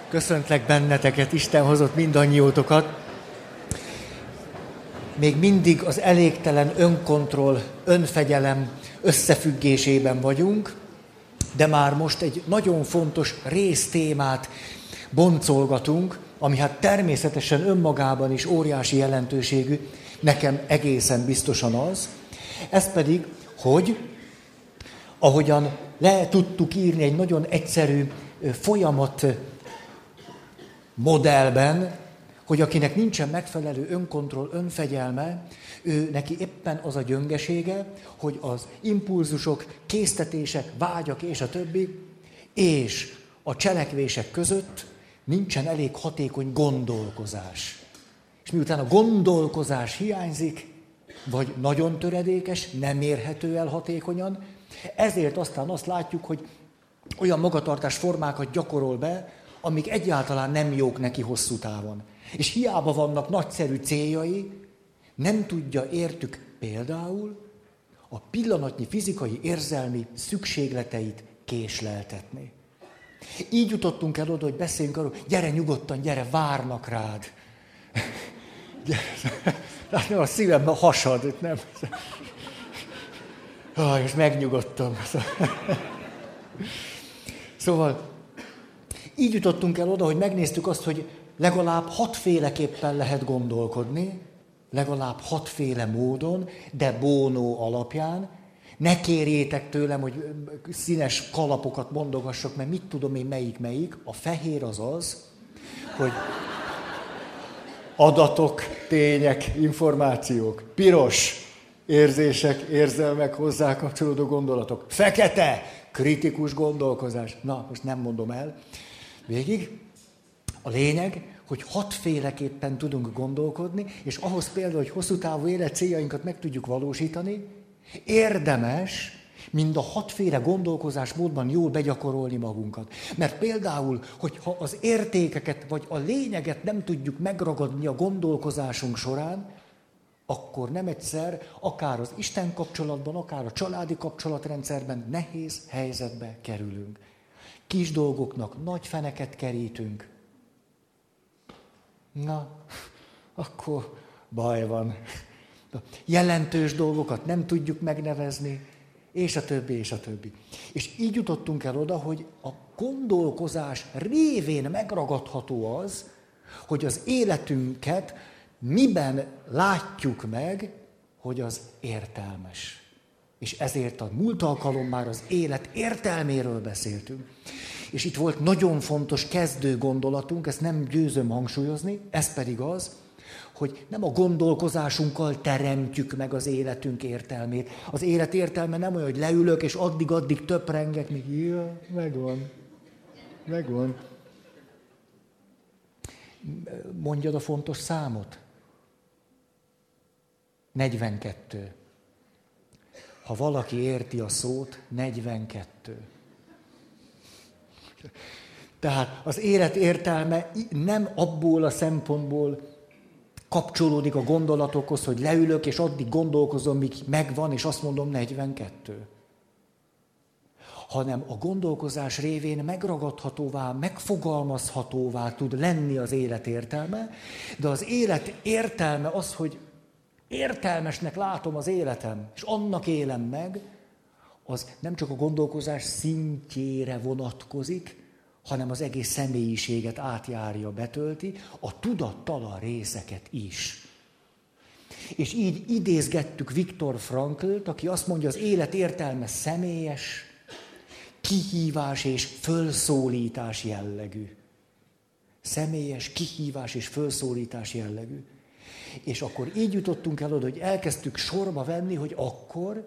Köszöntlek benneteket, Isten hozott mindannyiótokat. Még mindig az elégtelen önkontroll, önfegyelem összefüggésében vagyunk, de már most egy nagyon fontos résztémát boncolgatunk, ami hát természetesen önmagában is óriási jelentőségű, nekem egészen biztosan az. Ez pedig, hogy ahogyan le tudtuk írni egy nagyon egyszerű folyamat modellben, hogy akinek nincsen megfelelő önkontroll, önfegyelme, ő neki éppen az a gyöngesége, hogy az impulzusok, késztetések, vágyak és a többi, és a cselekvések között nincsen elég hatékony gondolkozás. És miután a gondolkozás hiányzik, vagy nagyon töredékes, nem érhető el hatékonyan, ezért aztán azt látjuk, hogy olyan magatartás formákat gyakorol be, amik egyáltalán nem jók neki hosszú távon. És hiába vannak nagyszerű céljai, nem tudja értük például a pillanatnyi fizikai, érzelmi szükségleteit késleltetni. Így jutottunk el oda, hogy beszéljünk arról, gyere nyugodtan, gyere, várnak rád. Nem, a szívemben hasad, nem. És megnyugodtam. Szóval így jutottunk el oda, hogy megnéztük azt, hogy legalább 6 féleképpen lehet gondolkodni, legalább 6 féle módon, de Bono alapján. Ne kérjétek tőlem, hogy színes kalapokat mondogassak, mert mit tudom én melyik. A fehér az az, hogy adatok, tények, információk. Piros, érzések, érzelmek, hozzá kapcsolódó gondolatok. Fekete, kritikus gondolkozás. Na, most nem mondom el. Végig. A lényeg, hogy 6 féleképpen tudunk gondolkodni, és ahhoz például, hogy hosszú távú élet céljainkat meg tudjuk valósítani, érdemes mind a 6 féle gondolkozásmódban jól begyakorolni magunkat. Mert például, hogyha az értékeket vagy a lényeget nem tudjuk megragadni a gondolkozásunk során, akkor nem egyszer, akár az Isten kapcsolatban, akár a családi kapcsolatrendszerben nehéz helyzetbe kerülünk. Kis dolgoknak nagy feneket kerítünk. Na, akkor baj van. Jelentős dolgokat nem tudjuk megnevezni, és a többi, és a többi. És így jutottunk el oda, hogy a gondolkozás révén megragadható az, hogy az életünket miben látjuk meg, hogy az értelmes. És ezért a múlt alkalom már az élet értelméről beszéltünk. És itt volt nagyon fontos kezdő gondolatunk, ezt nem győzöm hangsúlyozni, ez pedig az, hogy nem a gondolkozásunkkal teremtjük meg az életünk értelmét. Az élet értelme nem olyan, hogy leülök, és addig töprengek, még megvan. Mondjad a fontos számot. 42. Ha valaki érti a szót, 42. Tehát az élet értelme nem abból a szempontból kapcsolódik a gondolatokhoz, hogy leülök, és addig gondolkozom, míg megvan, és azt mondom 42. Hanem a gondolkozás révén megragadhatóvá, megfogalmazhatóvá tud lenni az élet értelme, de az élet értelme az, hogy értelmesnek látom az életem, és annak élem meg, az nem csak a gondolkozás szintjére vonatkozik, hanem az egész személyiséget átjárja, betölti, a tudattalan részeket is. És így idézgettük Viktor Franklt, aki azt mondja, az élet értelme személyes, kihívás és fölszólítás jellegű. Személyes, kihívás és fölszólítás jellegű. És akkor így jutottunk el oda, hogy elkezdtük sorba venni, hogy akkor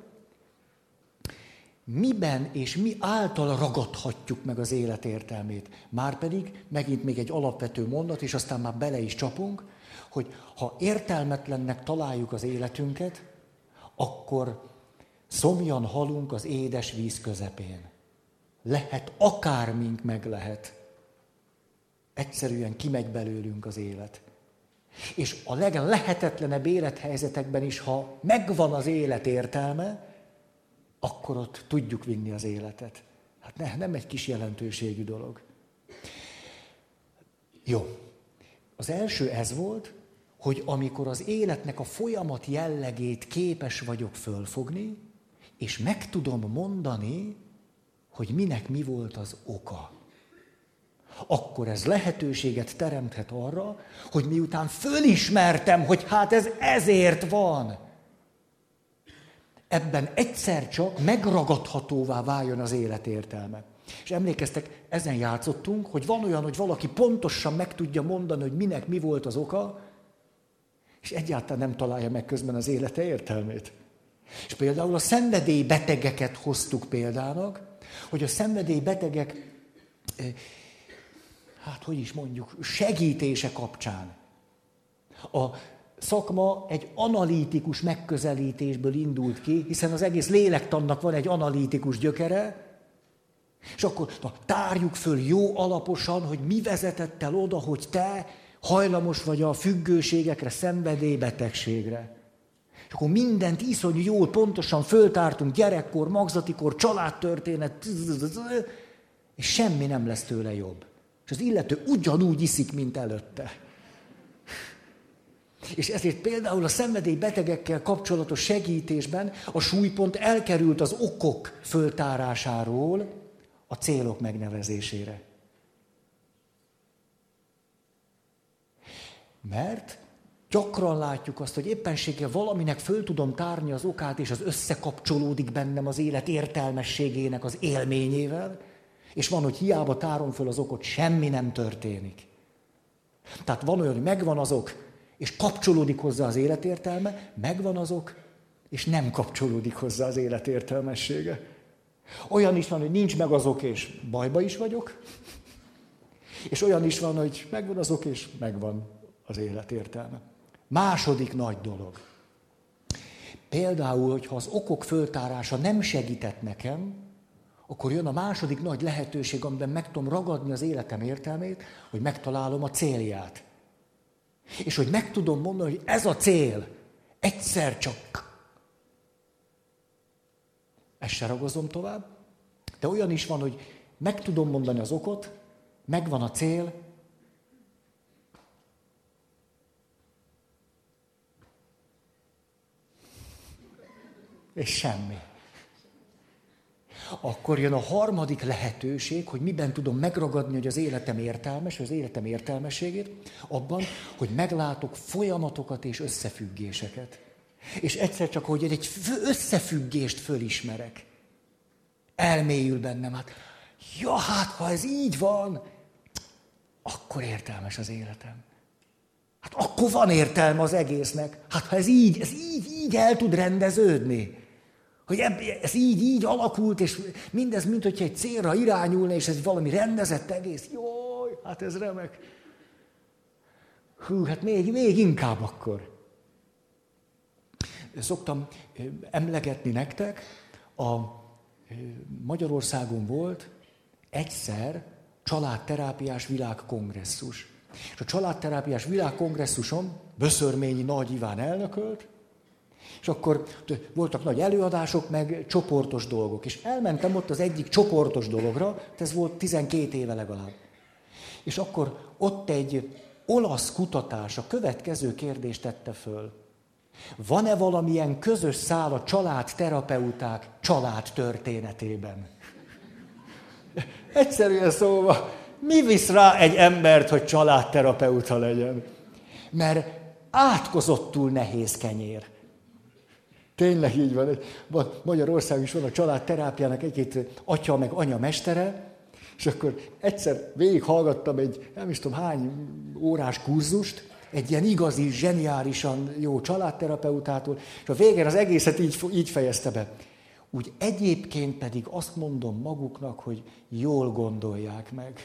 miben és mi által ragadhatjuk meg az élet értelmét. Márpedig, megint még egy alapvető mondat, és aztán már bele is csapunk, hogy ha értelmetlennek találjuk az életünket, akkor szomjan halunk az édes víz közepén. Lehet, akármink meg lehet. Egyszerűen kimegy belőlünk az élet. És a leglehetetlenebb élethelyzetekben is, ha megvan az élet értelme, akkor ott tudjuk vinni az életet. Hát nem egy kis jelentőségű dolog. Jó. Az első ez volt, hogy amikor az életnek a folyamat jellegét képes vagyok fölfogni, és meg tudom mondani, hogy minek mi volt az oka, akkor ez lehetőséget teremthet arra, hogy miután fölismertem, hogy hát ez ezért van, ebben egyszer csak megragadhatóvá váljon az élet értelme. És emlékeztek, ezen játszottunk, hogy van olyan, hogy valaki pontosan meg tudja mondani, hogy minek mi volt az oka, és egyáltalán nem találja meg közben az élete értelmét. És például a szenvedélybetegeket hoztuk példának, hogy a szenvedélybetegek, hát hogy is mondjuk, segítése kapcsán a szakma egy analitikus megközelítésből indult ki, hiszen az egész lélektannak van egy analitikus gyökere, és akkor tárjuk föl jó alaposan, hogy mi vezetett el oda, hogy te hajlamos vagy a függőségekre, szenvedélybetegségre. És akkor mindent iszonyú jól, pontosan föltártunk, gyerekkor, magzatikor, családtörténet, és semmi nem lesz tőle jobb. És az illető ugyanúgy iszik, mint előtte. És ezért például a szenvedélybetegekkel kapcsolatos segítésben a súlypont elkerült az okok föltárásáról a célok megnevezésére. Mert gyakran látjuk azt, hogy éppenséggel valaminek föl tudom tárni az okát, és az összekapcsolódik bennem az élet értelmességének az élményével, és van, hogy hiába tárom föl az okot, semmi nem történik. Tehát van olyan, hogy megvan az ok, és kapcsolódik hozzá az életértelme, megvan az ok, és nem kapcsolódik hozzá az életértelmessége. Olyan is van, hogy nincs meg az ok, és bajba is vagyok, és olyan is van, hogy megvan az ok, és megvan az életértelme. Második nagy dolog. Például, hogyha az okok föltárása nem segített nekem, akkor jön a második nagy lehetőség, amiben meg tudom ragadni az életem értelmét, hogy megtalálom a célját. És hogy meg tudom mondani, hogy ez a cél, egyszer csak. Ezt se ragozom tovább. De olyan is van, hogy meg tudom mondani az okot, megvan a cél, és semmi. Akkor jön a harmadik lehetőség, hogy miben tudom megragadni, hogy az életem értelmes, az életem értelmességét, abban, hogy meglátok folyamatokat és összefüggéseket. És egyszer csak, hogy egy összefüggést fölismerek. Elmélyül bennem, hát, ja, hát, ha ez így van, akkor értelmes az életem. Hát akkor van értelme az egésznek. Hát ha ez így el tud rendeződni. Hogy ez így alakult, és mindez, mint hogyha egy célra irányulna, és ez valami rendezett egész. Jaj, hát ez remek. Hú, hát még inkább akkor. Szoktam emlegetni nektek, a Magyarországon volt egyszer családterápiás világkongresszus. És a családterápiás világkongresszuson Böszörményi Nagy Iván elnökölt, és akkor voltak nagy előadások, meg csoportos dolgok. És elmentem ott az egyik csoportos dologra, ez volt 12 éve legalább. És akkor ott egy olasz kutatás a következő kérdést tette föl. Van-e valamilyen közös szál a családterapeuták család történetében? Egyszerűen szóval, mi visz rá egy embert, hogy családterapeuta legyen? Mert átkozottul nehéz kenyér. Tényleg így van. Magyarországon is van a családterápiának egy-két atya meg anya mestere, és akkor egyszer végighallgattam egy, nem is tudom hány órás kurzust, egy ilyen igazi, zseniálisan jó családterapeutától, és a végén az egészet így fejezte be. Úgy egyébként pedig azt mondom maguknak, hogy jól gondolják meg.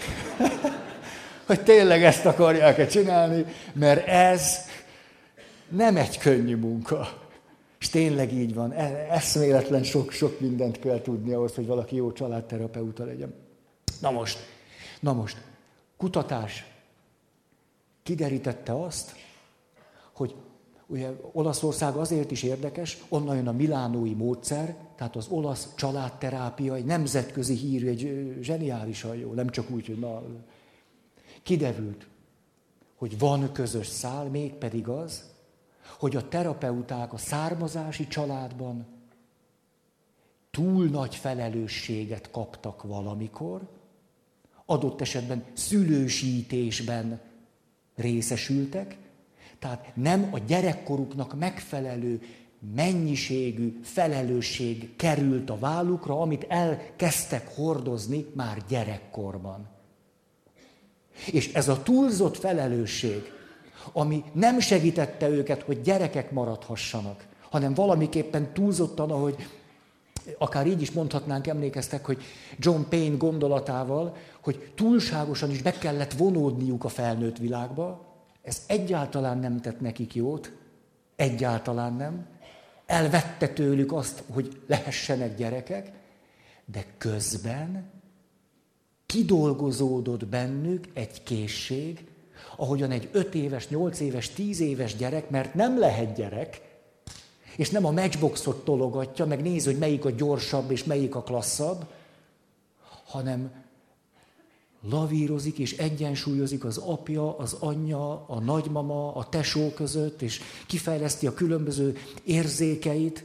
Hogy tényleg ezt akarják-e csinálni, mert ez nem egy könnyű munka. És tényleg így van, eszméletlen sok mindent kell tudni ahhoz, hogy valaki jó családterapeuta legyen. Na most, kutatás kiderítette azt, hogy ugye Olaszország azért is érdekes, onnan jön a milánói módszer, tehát az olasz családterápia egy nemzetközi hírű, egy zseniálisan jó, nem csak úgy, hogy na. Kiderült, hogy van közös szál, mégpedig az, hogy a terapeuták a származási családban túl nagy felelősséget kaptak valamikor, adott esetben szülősítésben részesültek, tehát nem a gyerekkoruknak megfelelő mennyiségű felelősség került a vállukra, amit elkezdtek hordozni már gyerekkorban. És ez a túlzott felelősség, ami nem segítette őket, hogy gyerekek maradhassanak, hanem valamiképpen túlzottan, ahogy akár így is mondhatnánk, emlékeztek, hogy John Payne gondolatával, hogy túlságosan is be kellett vonódniuk a felnőtt világba, ez egyáltalán nem tett nekik jót, egyáltalán nem. Elvette tőlük azt, hogy lehessenek gyerekek, de közben kidolgozódott bennük egy készség, ahogyan egy 5 éves, 8 éves, 10 éves gyerek, mert nem lehet gyerek, és nem a matchboxot tologatja, meg néz, hogy melyik a gyorsabb és melyik a klasszabb, hanem lavírozik és egyensúlyozik az apja, az anyja, a nagymama, a tesó között, és kifejleszti a különböző érzékeit,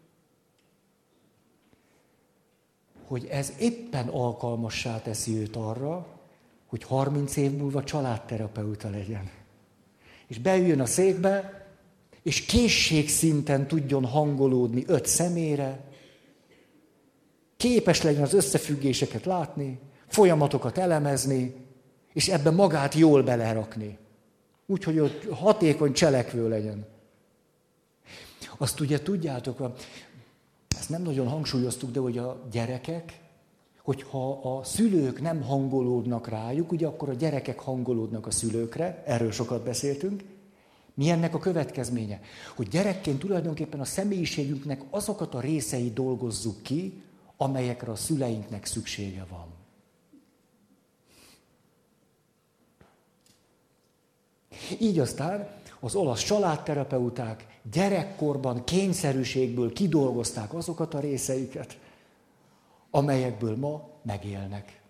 hogy ez éppen alkalmassá teszi őt arra, hogy 30 év múlva családterapeuta legyen. És beüljön a székbe, és készségszinten tudjon hangolódni 5 személyre, képes legyen az összefüggéseket látni, folyamatokat elemezni, és ebben magát jól belerakni. Úgyhogy ott hatékony cselekvő legyen. Azt ugye tudjátok, ezt nem nagyon hangsúlyoztuk, de hogy a gyerekek, hogyha a szülők nem hangolódnak rájuk, ugye akkor a gyerekek hangolódnak a szülőkre, erről sokat beszéltünk. Mi ennek a következménye? Hogy gyerekként tulajdonképpen a személyiségünknek azokat a részeit dolgozzuk ki, amelyekre a szüleinknek szüksége van. Így aztán az olasz családterapeuták gyerekkorban kényszerűségből kidolgozták azokat a részeiket, amelyekből ma megélnek.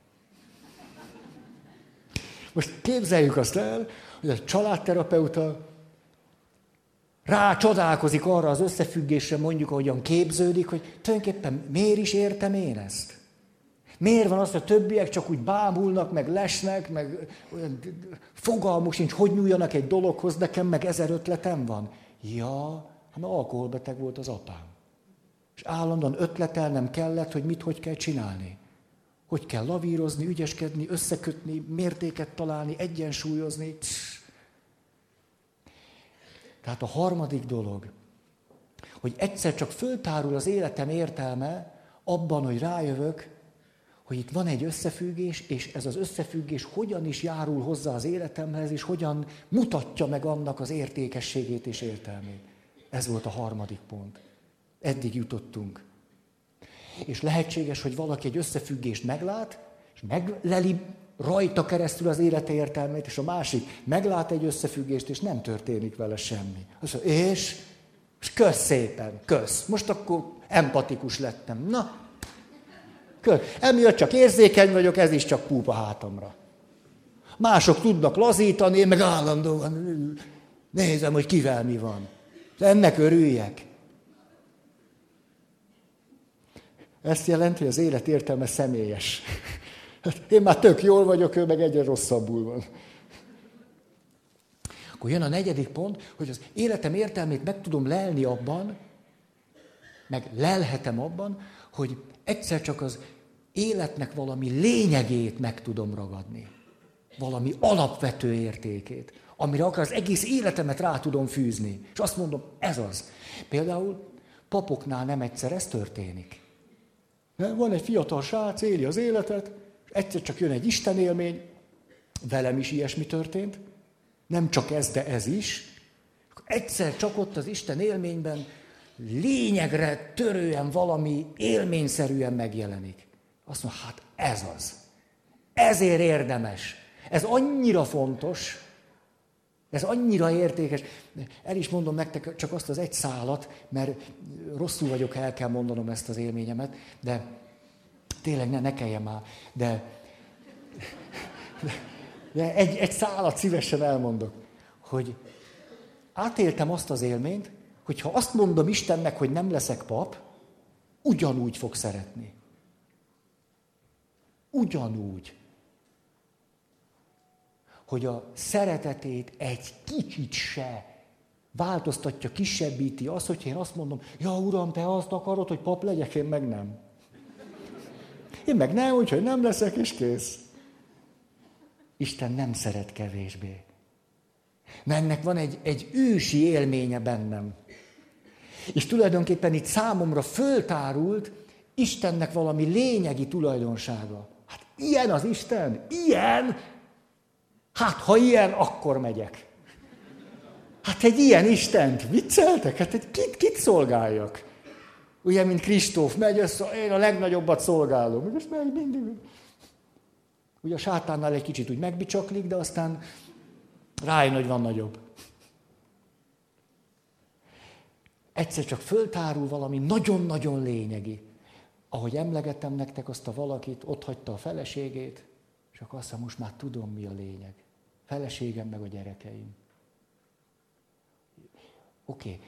Most képzeljük azt el, hogy a családterapeuta rácsodálkozik arra az összefüggésre, mondjuk, ahogyan képződik, hogy tulajdonképpen miért is értem én ezt? Miért van az, hogy a többiek csak úgy bámulnak, meg lesnek, meg olyan fogalmuk sincs, hogy nyúljanak egy dologhoz, nekem meg 1000 ötletem van. Ja, mert alkoholbeteg volt az apám. És állandóan ötletelnem kellett, hogy mit, hogy kell csinálni. Hogy kell lavírozni, ügyeskedni, összekötni, mértéket találni, egyensúlyozni. Tehát a harmadik dolog, hogy egyszer csak föltárul az életem értelme abban, hogy rájövök, hogy itt van egy összefüggés, és ez az összefüggés hogyan is járul hozzá az életemhez, és hogyan mutatja meg annak az értékességét és értelmét. Ez volt a harmadik pont. Eddig jutottunk. És lehetséges, hogy valaki egy összefüggést meglát, és megleli rajta keresztül az élete értelmét, és a másik meglát egy összefüggést, és nem történik vele semmi. Azt mondja, és kösz szépen, kösz. Most akkor empatikus lettem. Na, kösz. Emiatt csak érzékeny vagyok, ez is csak púp a hátamra. Mások tudnak lazítani, én meg állandóan nézem, hogy kivel mi van. Ennek örüljek. Ezt jelenti, hogy az élet értelme személyes. Én már tök jól vagyok, ő meg egyre rosszabbul van. Akkor jön a negyedik pont, hogy az életem értelmét meg tudom lelni abban, meg lelhetem abban, hogy egyszer csak az életnek valami lényegét meg tudom ragadni. Valami alapvető értékét, amire akár az egész életemet rá tudom fűzni. És azt mondom, ez az. Például papoknál nem egyszer ez történik. Van egy fiatal srác, éli az életet, egyszer csak jön egy istenélmény, velem is ilyesmi történt, nem csak ez, de ez is. Egyszer csak ott az Isten élményben lényegre törően valami élményszerűen megjelenik. Azt mondja, hát ez az. Ezért érdemes. Ez annyira fontos, ez annyira értékes. El is mondom nektek csak azt az egy szálat, mert rosszul vagyok, ha el kell mondanom ezt az élményemet, de tényleg ne kelljen már. De Egy szálat szívesen elmondok, hogy átéltem azt az élményt, hogy ha azt mondom Istennek, hogy nem leszek pap, ugyanúgy fog szeretni. Ugyanúgy. Hogy a szeretetét egy kicsit se változtatja, kisebbíti az, hogy én azt mondom, ja Uram, te azt akarod, hogy pap legyek, én meg nem. Én meg nem, úgyhogy nem leszek, és kész. Isten nem szeret kevésbé. Mert ennek van egy ősi élménye bennem. És tulajdonképpen itt számomra föltárult Istennek valami lényegi tulajdonsága. Hát ilyen az Isten? Ilyen? Hát ha ilyen, akkor megyek. Hát egy ilyen Istent vicceltek? Hát kit szolgáljak? Ugye, mint Kristóf megy össze, én a legnagyobbat szolgálom. És meg mindig. Ugye a sátánnál egy kicsit úgy megbicsaklik, de aztán rájön, hogy van nagyobb. Egyszer csak föltárul valami nagyon-nagyon lényegi. Ahogy emlegettem nektek azt a valakit, otthagyta a feleségét, és akkor azt mondja, most már tudom, mi a lényeg. Feleségem meg a gyerekeim. Oké.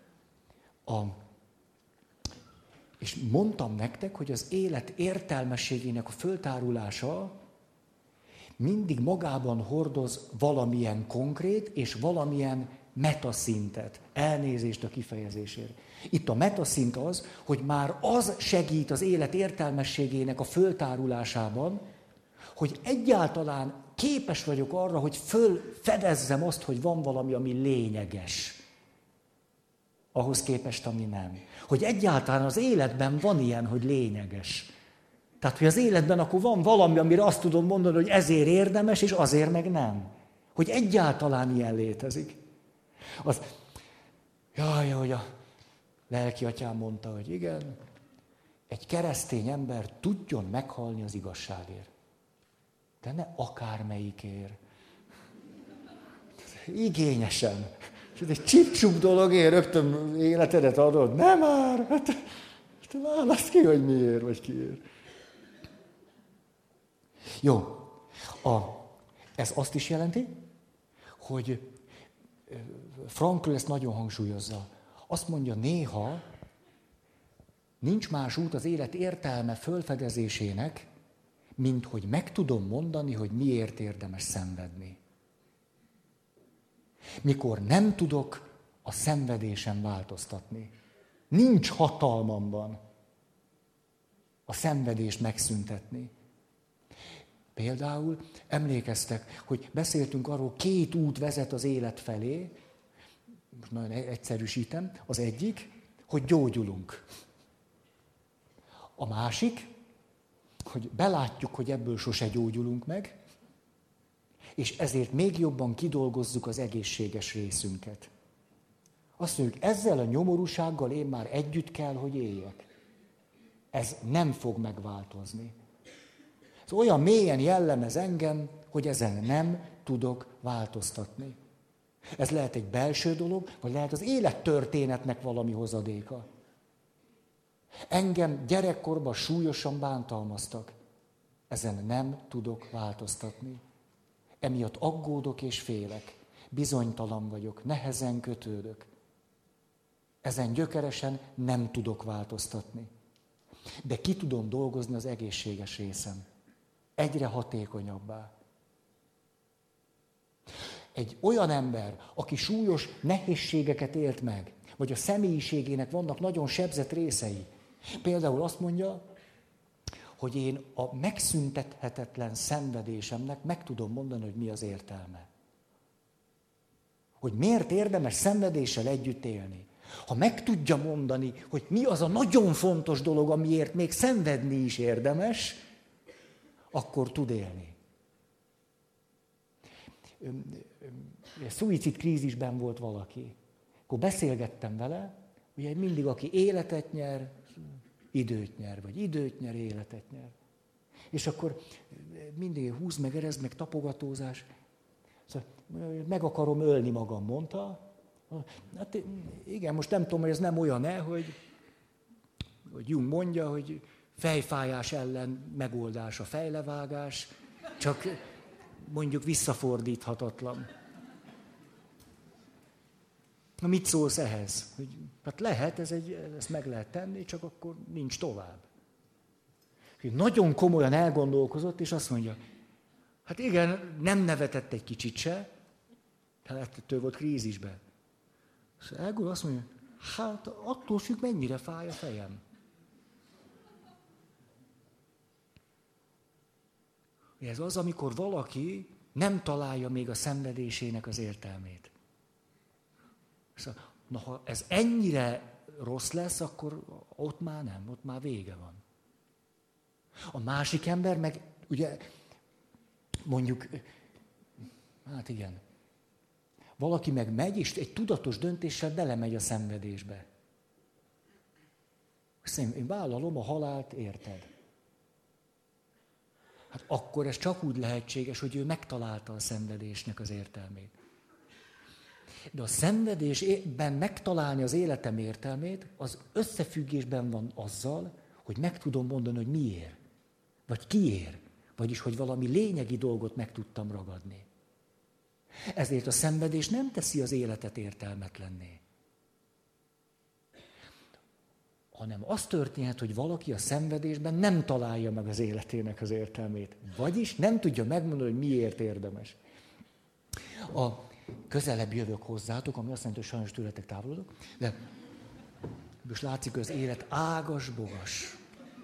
És mondtam nektek, hogy az élet értelmességének a föltárulása mindig magában hordoz valamilyen konkrét és valamilyen metaszintet. Elnézést a kifejezésért. Itt a metaszint az, hogy már az segít az élet értelmességének a föltárulásában, hogy egyáltalán képes vagyok arra, hogy fölfedezzem azt, hogy van valami, ami lényeges. Ahhoz képest, ami nem. Hogy egyáltalán az életben van ilyen, hogy lényeges. Tehát, hogy az életben akkor van valami, amire azt tudom mondani, hogy ezért érdemes, és azért meg nem. Hogy egyáltalán ilyen létezik. Az, jaj, hogy a lelki atyám mondta, hogy igen, egy keresztény ember tudjon meghalni az igazságért. De ne akármelyikért. Igényesen. És ez egy csip-csup dologért rögtön életedet adod. Nem már! Hát válaszd ki, hogy miért, vagy kiért. Jó. Ez azt is jelenti, hogy Frankl ezt nagyon hangsúlyozza. Azt mondja, néha nincs más út az élet értelme fölfedezésének, mint hogy meg tudom mondani, hogy miért érdemes szenvedni. Mikor nem tudok a szenvedésen változtatni. Nincs hatalmamban a szenvedést megszüntetni. Például emlékeztek, hogy beszéltünk arról, 2 út vezet az élet felé, most nagyon egyszerűsítem, az egyik, hogy gyógyulunk. A másik, hogy belátjuk, hogy ebből sose gyógyulunk meg, és ezért még jobban kidolgozzuk az egészséges részünket. Azt mondjuk, ezzel a nyomorúsággal én már együtt kell, hogy éljek. Ez nem fog megváltozni. Ez olyan mélyen jellemez engem, hogy ezen nem tudok változtatni. Ez lehet egy belső dolog, vagy lehet az élettörténetnek valami hozadéka. Engem gyerekkorban súlyosan bántalmaztak. Ezen nem tudok változtatni. Emiatt aggódok és félek. Bizonytalan vagyok, nehezen kötődök. Ezen gyökeresen nem tudok változtatni. De ki tudom dolgozni az egészséges részem. Egyre hatékonyabbá. Egy olyan ember, aki súlyos nehézségeket élt meg, vagy a személyiségének vannak nagyon sebzett részei. Például azt mondja, hogy én a megszüntethetetlen szenvedésemnek meg tudom mondani, hogy mi az értelme. Hogy miért érdemes szenvedéssel együtt élni. Ha meg tudja mondani, hogy mi az a nagyon fontos dolog, amiért még szenvedni is érdemes, akkor tud élni. Szuicid krízisben volt valaki. Akkor beszélgettem vele, ugye mindig aki életet nyer, időt nyer, vagy időt nyer, életet nyer. És akkor mindig húz meg, erez meg, tapogatózás. Szóval, meg akarom ölni magam, mondta. Hát igen, most nem tudom, hogy ez nem olyan-e, hogy Jung mondja, hogy fejfájás ellen megoldás a fejlevágás, csak mondjuk visszafordíthatatlan. Na mit szólsz ehhez? Hogy, hát lehet, ezt meg lehet tenni, csak akkor nincs tovább. Nagyon komolyan elgondolkozott, és azt mondja, hát igen, nem nevetett egy kicsit se, hát ettől volt krízisben. Elgondol azt mondja, hát attól függ, mennyire fáj a fejem. Ez az, amikor valaki nem találja még a szenvedésének az értelmét. Na, ha ez ennyire rossz lesz, akkor ott már nem, ott már vége van. A másik ember meg, ugye, mondjuk, hát igen, valaki meg megy, és egy tudatos döntéssel belemegy a szenvedésbe. Azt mondja, én vállalom a halált, érted? Hát akkor ez csak úgy lehetséges, hogy ő megtalálta a szenvedésnek az értelmét. De a szenvedésben megtalálni az életem értelmét, az összefüggésben van azzal, hogy meg tudom mondani, hogy miért, vagy kiért, vagyis, hogy valami lényegi dolgot meg tudtam ragadni. Ezért a szenvedés nem teszi az életet értelmetlenné. Hanem az történhet, hogy valaki a szenvedésben nem találja meg az életének az értelmét. Vagyis nem tudja megmondani, hogy miért érdemes. A közelebb jövök hozzátok, ami azt jelenti, hogy sajnos tőletek távolodok, de most látszik, hogy az élet ágas-bogas.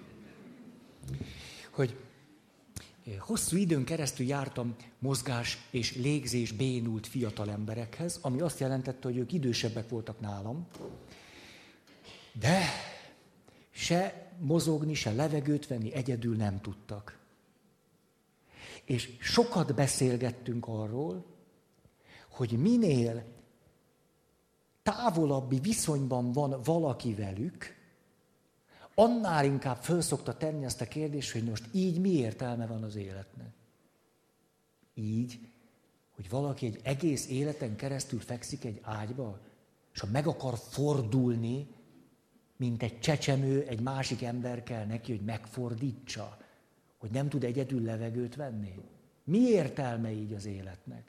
Hogy hosszú időn keresztül jártam mozgás és légzés bénult fiatal emberekhez, ami azt jelentette, hogy ők idősebbek voltak nálam, de se mozogni, se levegőt venni egyedül nem tudtak. És sokat beszélgettünk arról, hogy minél távolabbi viszonyban van valaki velük, annál inkább föl szokta tenni ezt a kérdést, hogy most így mi értelme van az életnek. Így, hogy valaki egy egész életen keresztül fekszik egy ágyba, és ha meg akar fordulni, mint egy csecsemő, egy másik ember kell neki, hogy megfordítsa, hogy nem tud egyedül levegőt venni. Mi értelme így az életnek?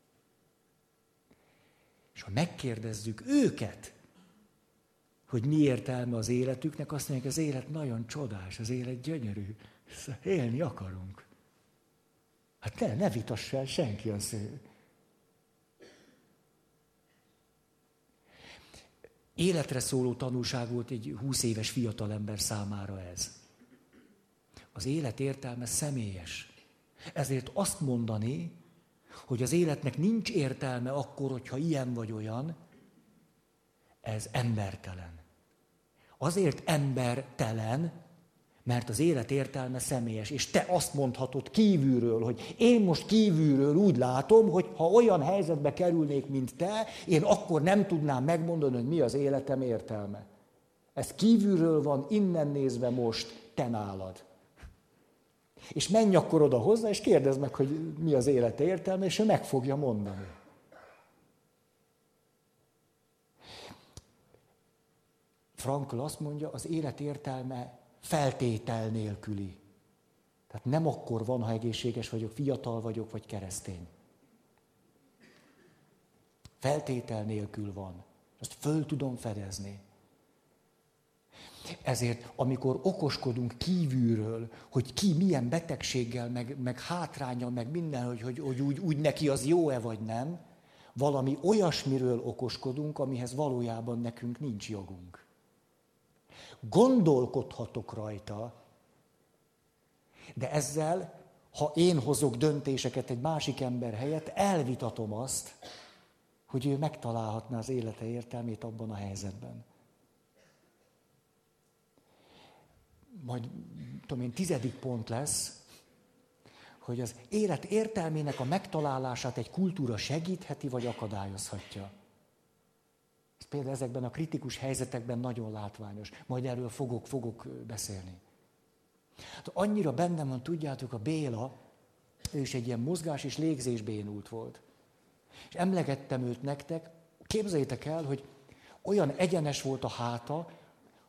És ha megkérdezzük őket, hogy mi értelme az életüknek, azt mondják, az élet nagyon csodás, az élet gyönyörű. Élni akarunk. Hát ne vitass el senki azt. Életre szóló tanulság volt egy 20 éves fiatalember számára ez. Az élet értelme személyes. Ezért azt mondani, hogy az életnek nincs értelme akkor, hogyha ilyen vagy olyan, ez embertelen. Azért embertelen, mert az élet értelme személyes, és te azt mondhatod kívülről, hogy én most kívülről úgy látom, hogy ha olyan helyzetbe kerülnék, mint te, én akkor nem tudnám megmondani, hogy mi az életem értelme. Ez kívülről van, innen nézve most te nálad. És menj akkor oda hozzá, és kérdezd meg, hogy mi az élet értelme, és ő meg fogja mondani. Frankl azt mondja, az élet értelme feltétel nélküli. Tehát nem akkor van, ha egészséges vagyok, fiatal vagyok, vagy keresztény. Feltétel nélkül van. Azt föl tudom fedezni. Ezért, amikor okoskodunk kívülről, hogy ki milyen betegséggel, meg hátránnyal, meg minden, hogy úgy neki az jó-e vagy nem, valami olyasmiről okoskodunk, amihez valójában nekünk nincs jogunk. Gondolkodhatok rajta, de ezzel, ha én hozok döntéseket egy másik ember helyett, elvitatom azt, hogy ő megtalálhatná az élete értelmét abban a helyzetben. Majd, tudom én, 10. pont lesz, hogy az élet értelmének a megtalálását egy kultúra segítheti, vagy akadályozhatja. Ez például ezekben a kritikus helyzetekben nagyon látványos. Majd erről fogok beszélni. Hát annyira bennem van, tudjátok, a Béla, ő is egy ilyen mozgás és légzésbénult volt. És emlegettem őt nektek, képzeljétek el, hogy olyan egyenes volt a háta,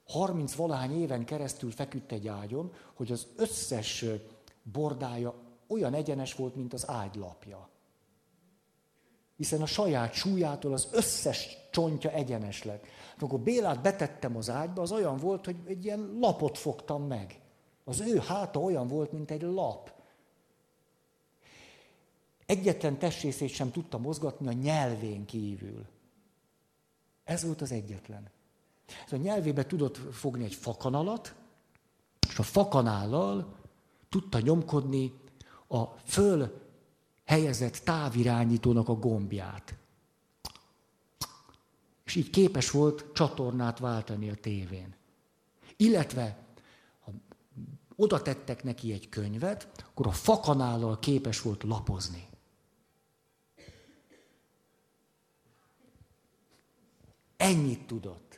30-valahány éven keresztül feküdt egy ágyon, hogy az összes bordája olyan egyenes volt, mint az ágylapja. Hiszen a saját súlyától az összes csontja egyenes lett. Amikor Bélát betettem az ágyba, az olyan volt, hogy egy ilyen lapot fogtam meg. Az ő háta olyan volt, mint egy lap. Egyetlen testrészét sem tudta mozgatni a nyelvén kívül. Ez volt az egyetlen. A nyelvébe tudott fogni egy fakanalat, és a fakanállal tudta nyomkodni a föl helyezett távirányítónak a gombját. És így képes volt csatornát váltani a tévén. Illetve, ha oda tettek neki egy könyvet, akkor a fakanállal képes volt lapozni. Ennyit tudott.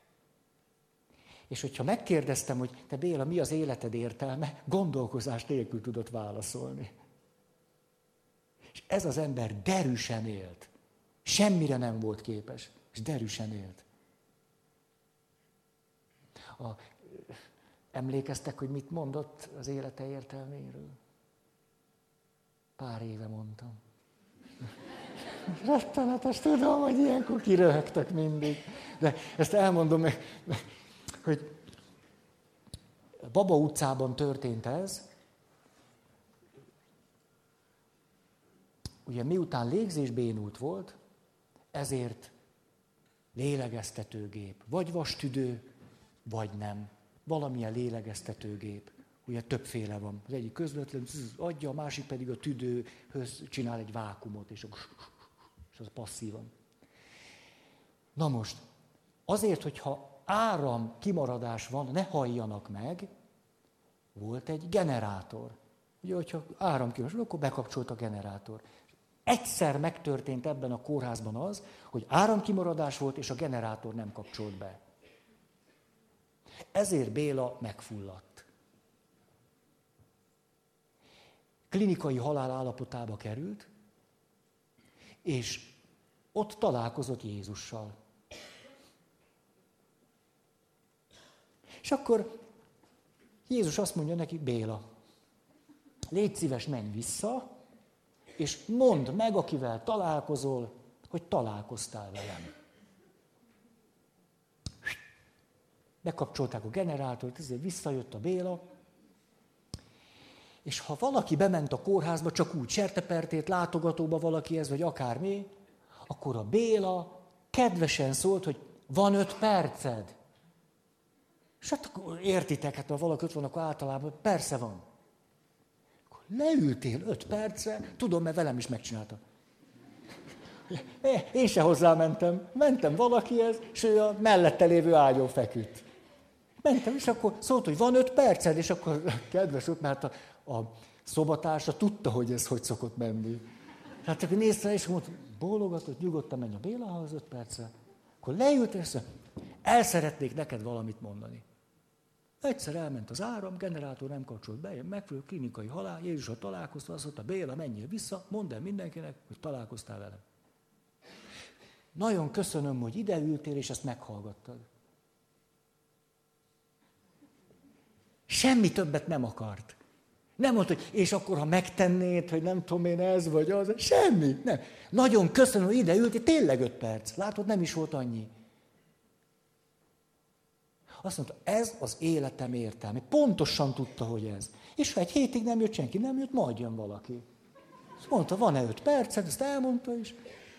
És hogyha megkérdeztem, hogy te Béla, mi az életed értelme, gondolkozás nélkül tudott válaszolni. És ez az ember derűsen élt. Semmire nem volt képes, és derűsen élt. Emlékeztek, hogy mit mondott az élete értelméről? Pár éve mondtam. Rettenetes, tudom, hogy ilyenkor kiröhögtek mindig. De ezt elmondom, hogy Baba utcában történt ez. Ugye miután légzésbénult volt, ezért lélegeztetőgép. Vagy vastüdő, vagy nem. Valamilyen lélegeztetőgép. Ugye többféle van. Az egyik közvetlen adja, a másik pedig a tüdőhöz csinál egy vákumot, és az passzívan. Na most, azért, hogyha áram kimaradás van, ne halljanak meg, volt egy generátor. Ugye, hogyha áram kimaradás van, akkor bekapcsolt a generátor. Egyszer megtörtént ebben a kórházban az, hogy áramkimaradás volt, és a generátor nem kapcsolt be. Ezért Béla megfulladt. Klinikai halál állapotába került, és ott találkozott Jézussal. És akkor Jézus azt mondja neki, Béla, légy szíves, menj vissza, és mondd meg, akivel találkozol, hogy találkoztál velem. Bekapcsolták a generátort, ezért visszajött a Béla, és ha valaki bement a kórházba, csak úgy sertepertét, látogatóba valakihez, vagy akármi, akkor a Béla kedvesen szólt, hogy van 5 perced. És hát akkor értitek, hát ha valaki ott van, akkor általában persze van. Akkor leültél 5 percre, tudom, mert velem is megcsinálta. Én se hozzámentem. Mentem valakihez, és ő a mellette lévő ágyon feküdt. Mentem, és akkor szólt, hogy van 5 perced, és akkor kedves volt, mert a szobatársa tudta, hogy ez hogy szokott menni. Tehát akkor nézte, és mondta, bólogatott, nyugodtan menj a Bélához 5 percre. Akkor leült, és mondta, el szeretnék neked valamit mondani. Egyszer elment az áram, generátor nem kapcsolt be, megfelelő klinikai halál, Jézusra találkoztam, azt mondta, Béla, menjél vissza, mondd el mindenkinek, hogy találkoztál velem. Nagyon köszönöm, hogy ide ültél, és ezt meghallgattad. Semmi többet nem akart. Nem mondta, hogy és akkor, ha megtennéd, hogy nem tudom én ez vagy az, semmi. Nem. Nagyon köszönöm, hogy ide ültél, tényleg 5 perc. Látod, nem is volt annyi. Azt mondta, ez az életem értelme. Pontosan tudta, hogy ez. És ha egy hétig nem jött senki, nem jött, majd jön valaki. Azt mondta, van-e 5 percet, ezt elmondta is.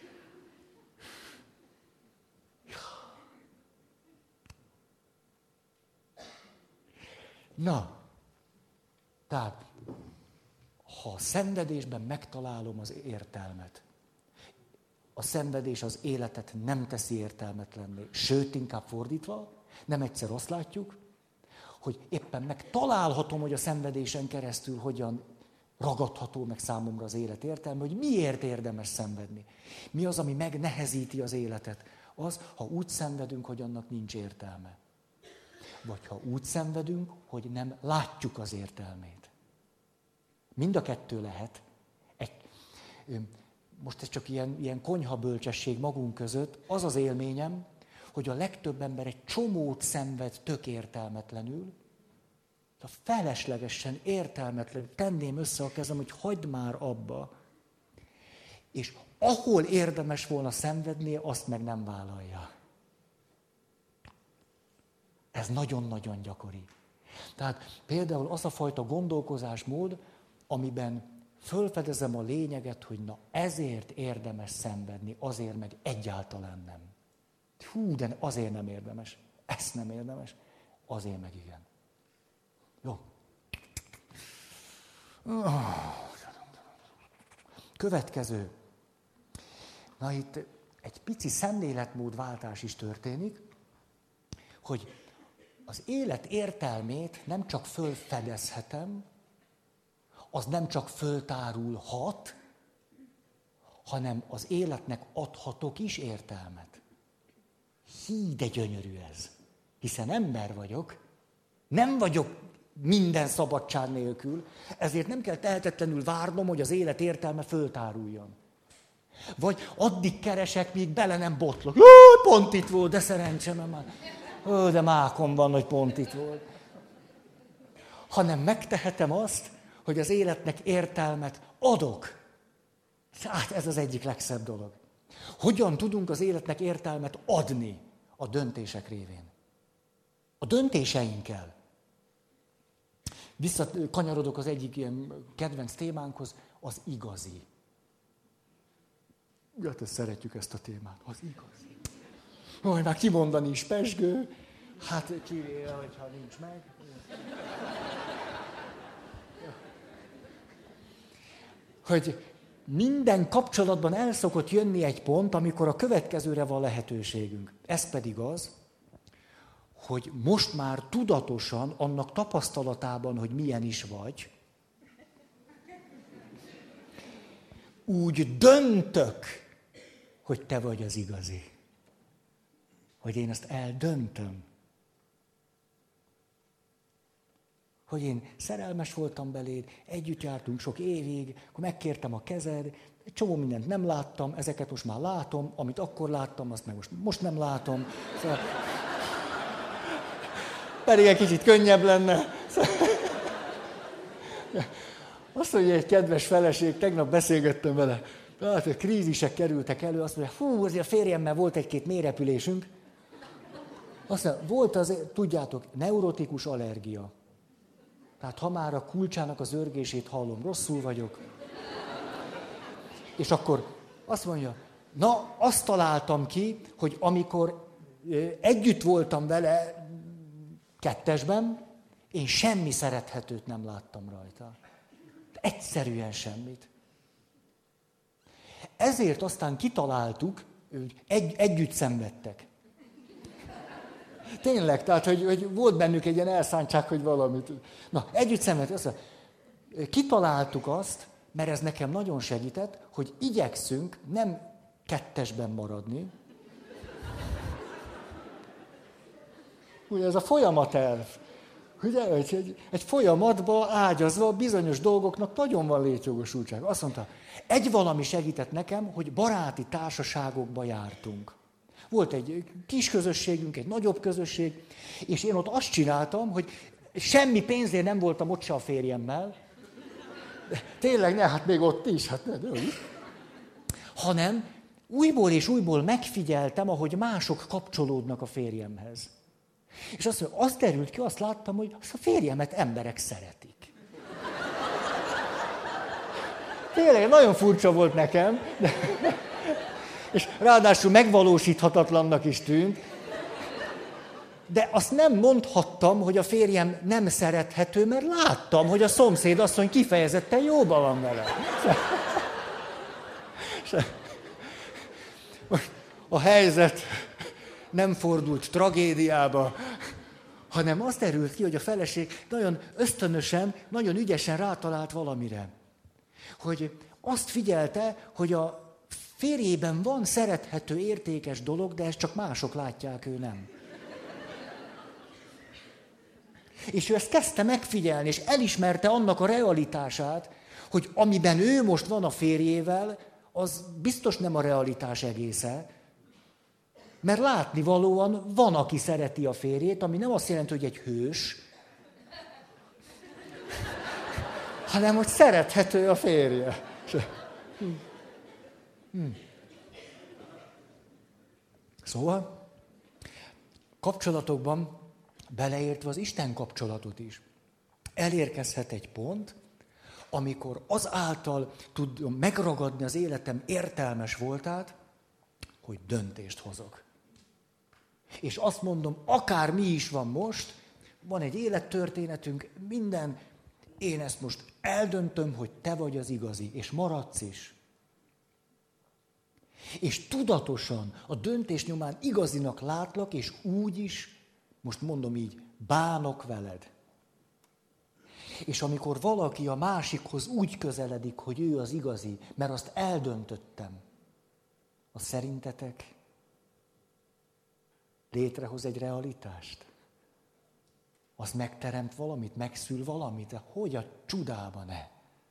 Na, tehát, ha a szenvedésben megtalálom az értelmet, a szenvedés az életet nem teszi értelmetlenné, sőt, inkább fordítva, nem egyszer azt látjuk, hogy éppen megtalálhatom, hogy a szenvedésen keresztül hogyan ragadható meg számomra az élet értelme, hogy miért érdemes szenvedni. Mi az, ami megnehezíti az életet? Az, ha úgy szenvedünk, hogy annak nincs értelme. Vagy ha úgy szenvedünk, hogy nem látjuk az értelmét. Mind a kettő lehet. Most ez csak ilyen konyhabölcsesség magunk között. Az az élményem, hogy a legtöbb ember egy csomót szenved tök értelmetlenül, Feleslegesen, értelmetlen tenném össze a kezem, hogy hagyd már abba. És ahol érdemes volna szenvednie, azt meg nem vállalja. Ez nagyon-nagyon gyakori. Tehát például az a fajta gondolkozásmód, amiben fölfedezem a lényeget, hogy na ezért érdemes szenvedni, azért meg egyáltalán nem. Hú, de azért nem érdemes. Ezt nem érdemes. Azért meg igen. Jó. Következő. Na itt egy pici szemléletmódváltás is történik, hogy az élet értelmét nem csak fölfedezhetem, az nem csak föltárulhat, hanem az életnek adhatok is értelmet. Hí, de gyönyörű ez. Hiszen ember vagyok, nem vagyok minden szabadság nélkül, ezért nem kell tehetetlenül várnom, hogy az élet értelme föltáruljon. Vagy addig keresek, míg bele nem botlok. Pont itt volt, de szerencsém már. De mákom van, hogy pont itt volt. Hanem megtehetem azt, hogy az életnek értelmet adok. Hát ez az egyik legszebb dolog. Hogyan tudunk az életnek értelmet adni a döntések révén? A döntéseinkkel. Visszakanyarodok az egyik ilyen kedvenc témánkhoz, az igazi. Hát szeretjük ezt a témát, az igazi. Majd már kimondani is pezsgő, hát kivéve, hogyha nincs meg. Hogy minden kapcsolatban el szokott jönni egy pont, amikor a következőre van lehetőségünk. Ez pedig az, hogy most már tudatosan, annak tapasztalatában, hogy milyen is vagy, úgy döntök, hogy te vagy az igazi. Hogy én ezt eldöntöm. Hogy én szerelmes voltam beléd, együtt jártunk sok évig, akkor megkértem a kezed, egy csomó mindent nem láttam, ezeket most már látom, amit akkor láttam, azt meg most nem látom. Szóval... Pedig egy kicsit könnyebb lenne. Azt mondja, egy kedves feleség, tegnap beszélgettem vele, hát a krízisek kerültek elő, azt mondja, azért a férjemmel volt egy-két mélyrepülésünk. Azt mondja, volt az, tudjátok, neurotikus allergia. Tehát ha már a kulcsának az örgését hallom, rosszul vagyok. És akkor azt mondja, na azt találtam ki, hogy amikor együtt voltam vele kettesben, én semmi szerethetőt nem láttam rajta. Egyszerűen semmit. Ezért aztán kitaláltuk, hogy együtt szenvedtek. Tényleg, tehát, hogy volt bennük egy ilyen elszántság, hogy valamit. Na, együtt szenvedtek. Aztán kitaláltuk azt, mert ez nekem nagyon segített, hogy igyekszünk nem kettesben maradni. Ugye ez a folyamaterv. Ugye, egy folyamatba ágyazva bizonyos dolgoknak nagyon van létjogosultság. Azt mondta, egy valami segített nekem, hogy baráti társaságokba jártunk. Volt egy kis közösségünk, egy nagyobb közösség, és én ott azt csináltam, hogy semmi pénzért nem voltam ott se a férjemmel. Tényleg, ne, hát még ott is, hát ne is. Hanem újból és újból megfigyeltem, ahogy mások kapcsolódnak a férjemhez. És azt derült ki, azt láttam, hogy azt a férjemet emberek szeretik. Tényleg, nagyon furcsa volt nekem, és ráadásul megvalósíthatatlannak is tűnt. De azt nem mondhattam, hogy a férjem nem szerethető, mert láttam, hogy a szomszéd asszony kifejezetten jóban van vele. A helyzet nem fordult tragédiába, hanem azt derült ki, hogy a feleség nagyon ösztönösen, nagyon ügyesen rátalált valamire. Hogy azt figyelte, hogy a férjében van szerethető, értékes dolog, de ezt csak mások látják, ő nem. És ő ezt kezdte megfigyelni, és elismerte annak a realitását, hogy amiben ő most van a férjével, az biztos nem a realitás egésze, mert látnivalóan van, aki szereti a férjét, ami nem azt jelenti, hogy egy hős, hanem hogy szerethető a férje. Szóval, kapcsolatokban beleértve az Isten kapcsolatot is, elérkezhet egy pont, amikor azáltal tudom megragadni az életem értelmes voltát, hogy döntést hozok. És azt mondom, akár mi is van most, van egy élettörténetünk, minden, én ezt most eldöntöm, hogy te vagy az igazi, és maradsz is. És tudatosan a döntés nyomán igazinak látlak, és úgy is, most mondom így, bánok veled. És amikor valaki a másikhoz úgy közeledik, hogy ő az igazi, mert azt eldöntöttem, az szerintetek létrehoz egy realitást? Az megteremt valamit, megszül valamit? De hogy a csodában ne?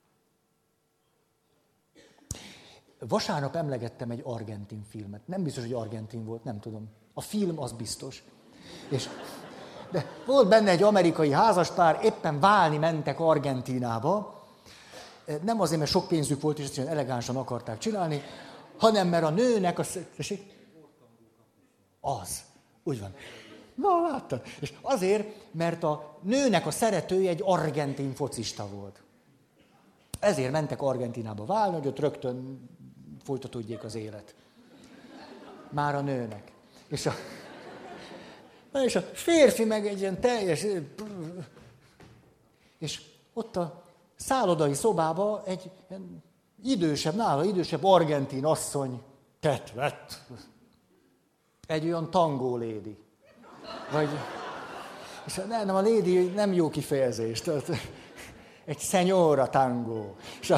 Vasárnap emlegettem egy argentin filmet. Nem biztos, hogy argentin volt, nem tudom. A film az biztos. De volt benne egy amerikai házaspár, éppen válni mentek Argentínába. Nem azért, mert sok pénzük volt, és ezt elegánsan akarták csinálni, hanem mert a nőnek a... Az. Úgy van. Na, láttad? És azért, mert a nőnek a szeretője egy argentin focista volt. Ezért mentek Argentínába válni, hogy ott rögtön folytatódjék az élet. Már a nőnek. És a férfi meg egy ilyen teljes... És ott a szállodai szobába egy nála idősebb argentin asszony vett. Egy olyan tangó lédi. Vagy... És nem, a lédi nem jó kifejezés. Tehát egy señora tangó.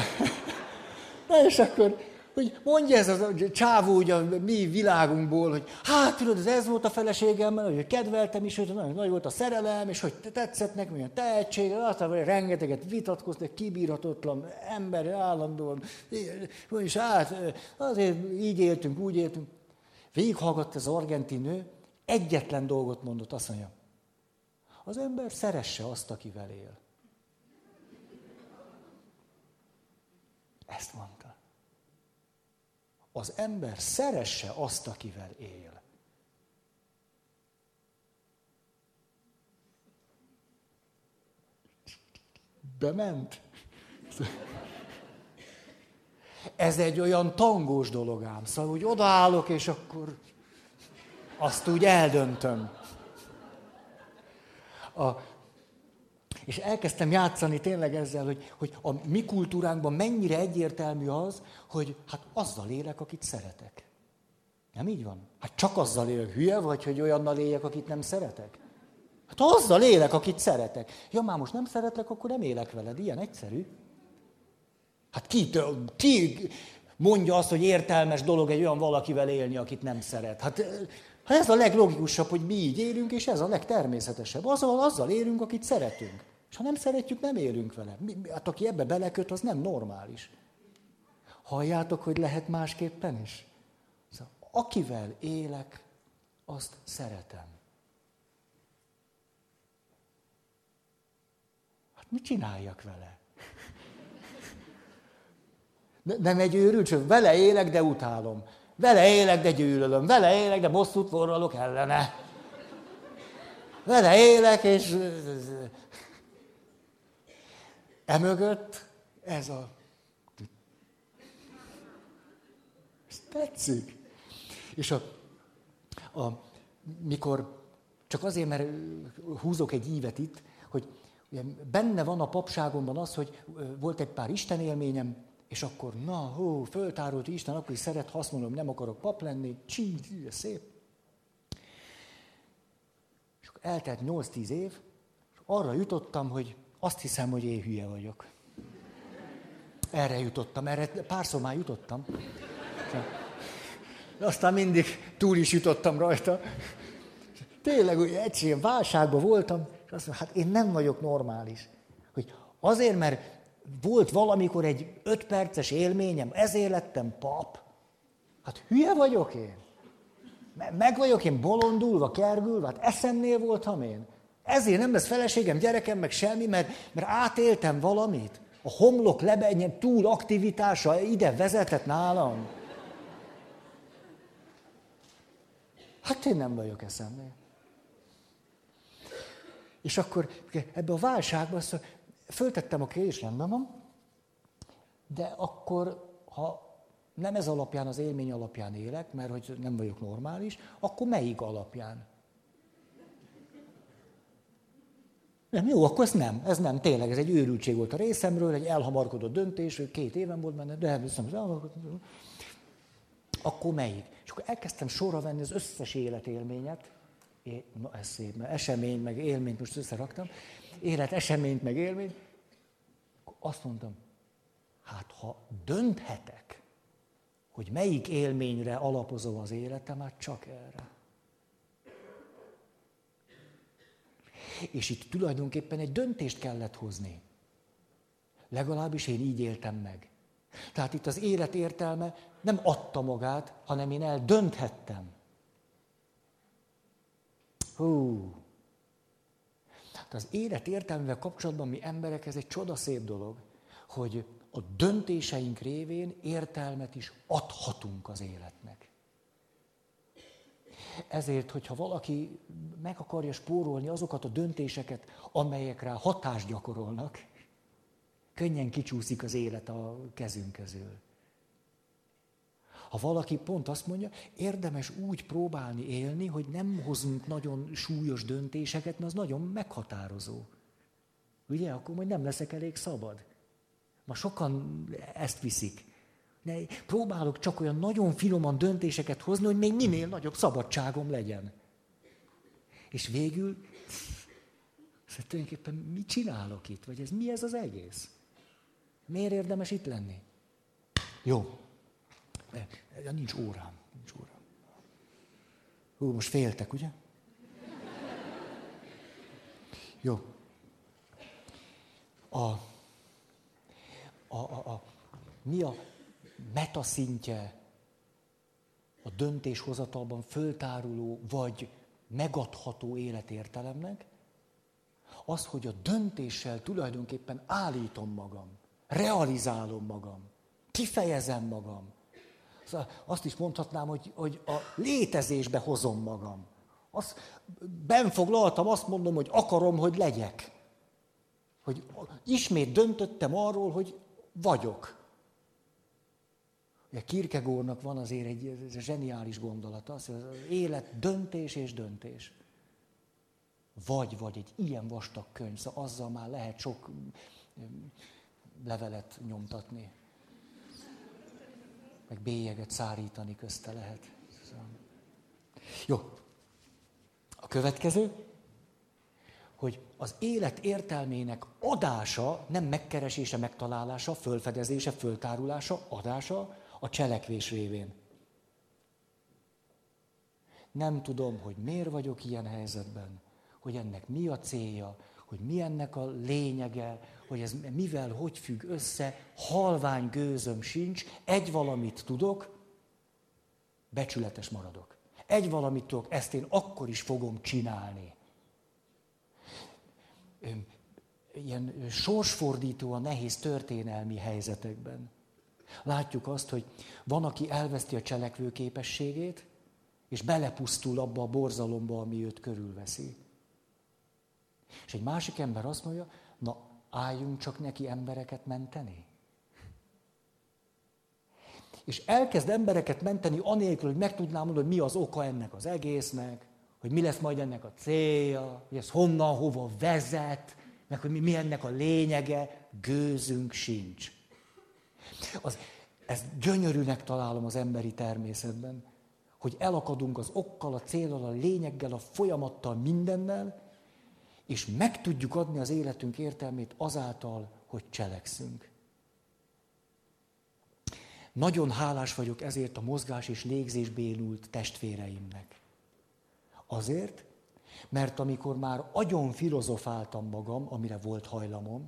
És akkor... hogy mondja ez a csávó ugye a mi világunkból, hogy hát tudod, ez volt a feleségem, hogy kedveltem is, hogy nagyon nagy volt a szerelem, és hogy tetszett nekem, milyen tehetsége, aztán rengeteget vitatkoztak, kibírhatatlan ember állandóan, és hát azért így éltünk, úgy éltünk. Végighallgatta az argentin nő, egyetlen dolgot mondott, azt mondja, az ember szeresse azt, akivel él. Ezt mondta. Az ember szeresse azt, akivel él. Bement. Ez egy olyan tangós dolog ám, szóval úgy odaállok, és akkor azt úgy eldöntöm. És elkezdtem játszani tényleg ezzel, hogy a mi kultúránkban mennyire egyértelmű az, hogy hát azzal élek, akit szeretek. Nem így van? Hát csak azzal élek, hülye vagy, hogy olyannal éljek, akit nem szeretek? Hát azzal élek, akit szeretek. Ja, már most nem szeretlek, akkor nem élek veled. Ilyen egyszerű. Hát ki mondja azt, hogy értelmes dolog egy olyan valakivel élni, akit nem szeret? Hát ez a leglogikusabb, hogy mi így élünk, és ez a legtermészetesebb. Azzal élünk, akit szeretünk. És ha nem szeretjük, nem élünk vele. Hát aki ebbe beleköt, az nem normális. Halljátok, hogy lehet másképpen is? Szóval, akivel élek, azt szeretem. Hát mit csináljak vele? Nem egy őrült, csak vele élek, de utálom. Vele élek, de gyűlölöm. Vele élek, de bosszút forralok ellene. Vele élek, és... Emögött ez a... Ez tetszik. És mikor... Csak azért, mert húzok egy ívet itt, hogy benne van a papságomban az, hogy volt egy pár istenélményem, és akkor, föltárult Isten, akkor is szeret, ha azt mondom, nem akarok pap lenni, szép. És akkor eltelt 8-10 év, és arra jutottam, hogy azt hiszem, hogy én hülye vagyok. Erre jutottam, erre párszor már jutottam. Aztán mindig túl is jutottam rajta. Tényleg, hogy egyszerűen válságban voltam, és azt mondom, hát én nem vagyok normális. Hogy azért, mert volt valamikor egy 5 perces élményem, ezért lettem pap. Hát hülye vagyok én. Meg vagyok én bolondulva, kergülve, hát eszemnél voltam én. Ezért nem lesz feleségem, gyerekem, meg semmi, mert átéltem valamit. A homlok lebenye túl aktivitása ide vezetett nálam. Hát én nem vagyok eszembe. És akkor ebbe a válságban föltettem a kérdést, rendben van, de akkor, ha nem ez alapján, az élmény alapján élek, mert hogy nem vagyok normális, akkor melyik alapján? Nem, jó, akkor ez nem, tényleg, ez egy őrültség volt a részemről, egy elhamarkodott döntés, 2 éven volt benne, de elhamarkodott. Akkor melyik? És akkor elkezdtem sorra venni az összes életélményet, na ez szép, mert esemény, meg élményt most összeraktam, eseményt, meg élményt, akkor azt mondtam, hát ha dönthetek, hogy melyik élményre alapozom az életem, hát csak erre. És itt tulajdonképpen egy döntést kellett hozni. Legalábbis én így éltem meg. Tehát itt az élet értelme nem adta magát, hanem én eldönthettem. Tehát az élet értelmével kapcsolatban mi emberek, ez egy csodaszép dolog, hogy a döntéseink révén értelmet is adhatunk az életnek. Ezért, hogyha valaki meg akarja spórolni azokat a döntéseket, amelyek rá hatást gyakorolnak, könnyen kicsúszik az élet a kezünk közül. Ha valaki pont azt mondja, érdemes úgy próbálni élni, hogy nem hozunk nagyon súlyos döntéseket, mert az nagyon meghatározó. Ugye? Akkor majd nem leszek elég szabad. Ma sokan ezt viszik. De próbálok csak olyan nagyon finoman döntéseket hozni, hogy még minél nagyobb szabadságom legyen. És végül, tulajdonképpen mit csinálok itt? Vagy mi ez az egész? Miért érdemes itt lenni? Jó. Nincs órám. Most féltek, ugye? Jó. Mi a metaszintje a döntéshozatalban föltáruló vagy megadható életértelemnek? Az, hogy a döntéssel tulajdonképpen állítom magam, realizálom magam, kifejezem magam. Azt is mondhatnám, hogy a létezésbe hozom magam. Benfoglaltam, azt mondom, hogy akarom, hogy legyek. Hogy ismét döntöttem arról, hogy vagyok. Ugye Kierkegaardnak van azért egy zseniális gondolata, az, hogy az élet döntés és döntés. Vagy egy ilyen vastag könyv, szóval azzal már lehet sok levelet nyomtatni. Meg bélyeget szárítani közte lehet. Jó. A következő, hogy az élet értelmének adása, nem megkeresése, megtalálása, fölfedezése, föltárulása, adása a cselekvés révén. Nem tudom, hogy miért vagyok ilyen helyzetben, hogy ennek mi a célja, hogy mi ennek a lényege, hogy ez mivel, hogy függ össze, halvány gőzöm sincs, egy valamit tudok, becsületes maradok. Egy valamit tudok, ezt én akkor is fogom csinálni. Ilyen sorsfordítóan nehéz történelmi helyzetekben. Látjuk azt, hogy van, aki elveszti a cselekvő képességét, és belepusztul abba a borzalomba, ami őt körülveszi. És egy másik ember azt mondja, na, álljunk csak neki embereket menteni. És elkezd embereket menteni anélkül, hogy meg tudnám mondani, hogy mi az oka ennek az egésznek, hogy mi lesz majd ennek a célja, hogy ez honnan, hova vezet, meg hogy mi ennek a lényege, gőzünk sincs. Ezt gyönyörűnek találom az emberi természetben, hogy elakadunk az okkal, a céllal, a lényeggel, a folyamattal, mindennel, és meg tudjuk adni az életünk értelmét azáltal, hogy cselekszünk. Nagyon hálás vagyok ezért a mozgás és légzésbénult testvéreimnek. Azért, mert amikor már agyon filozofáltam magam, amire volt hajlamom,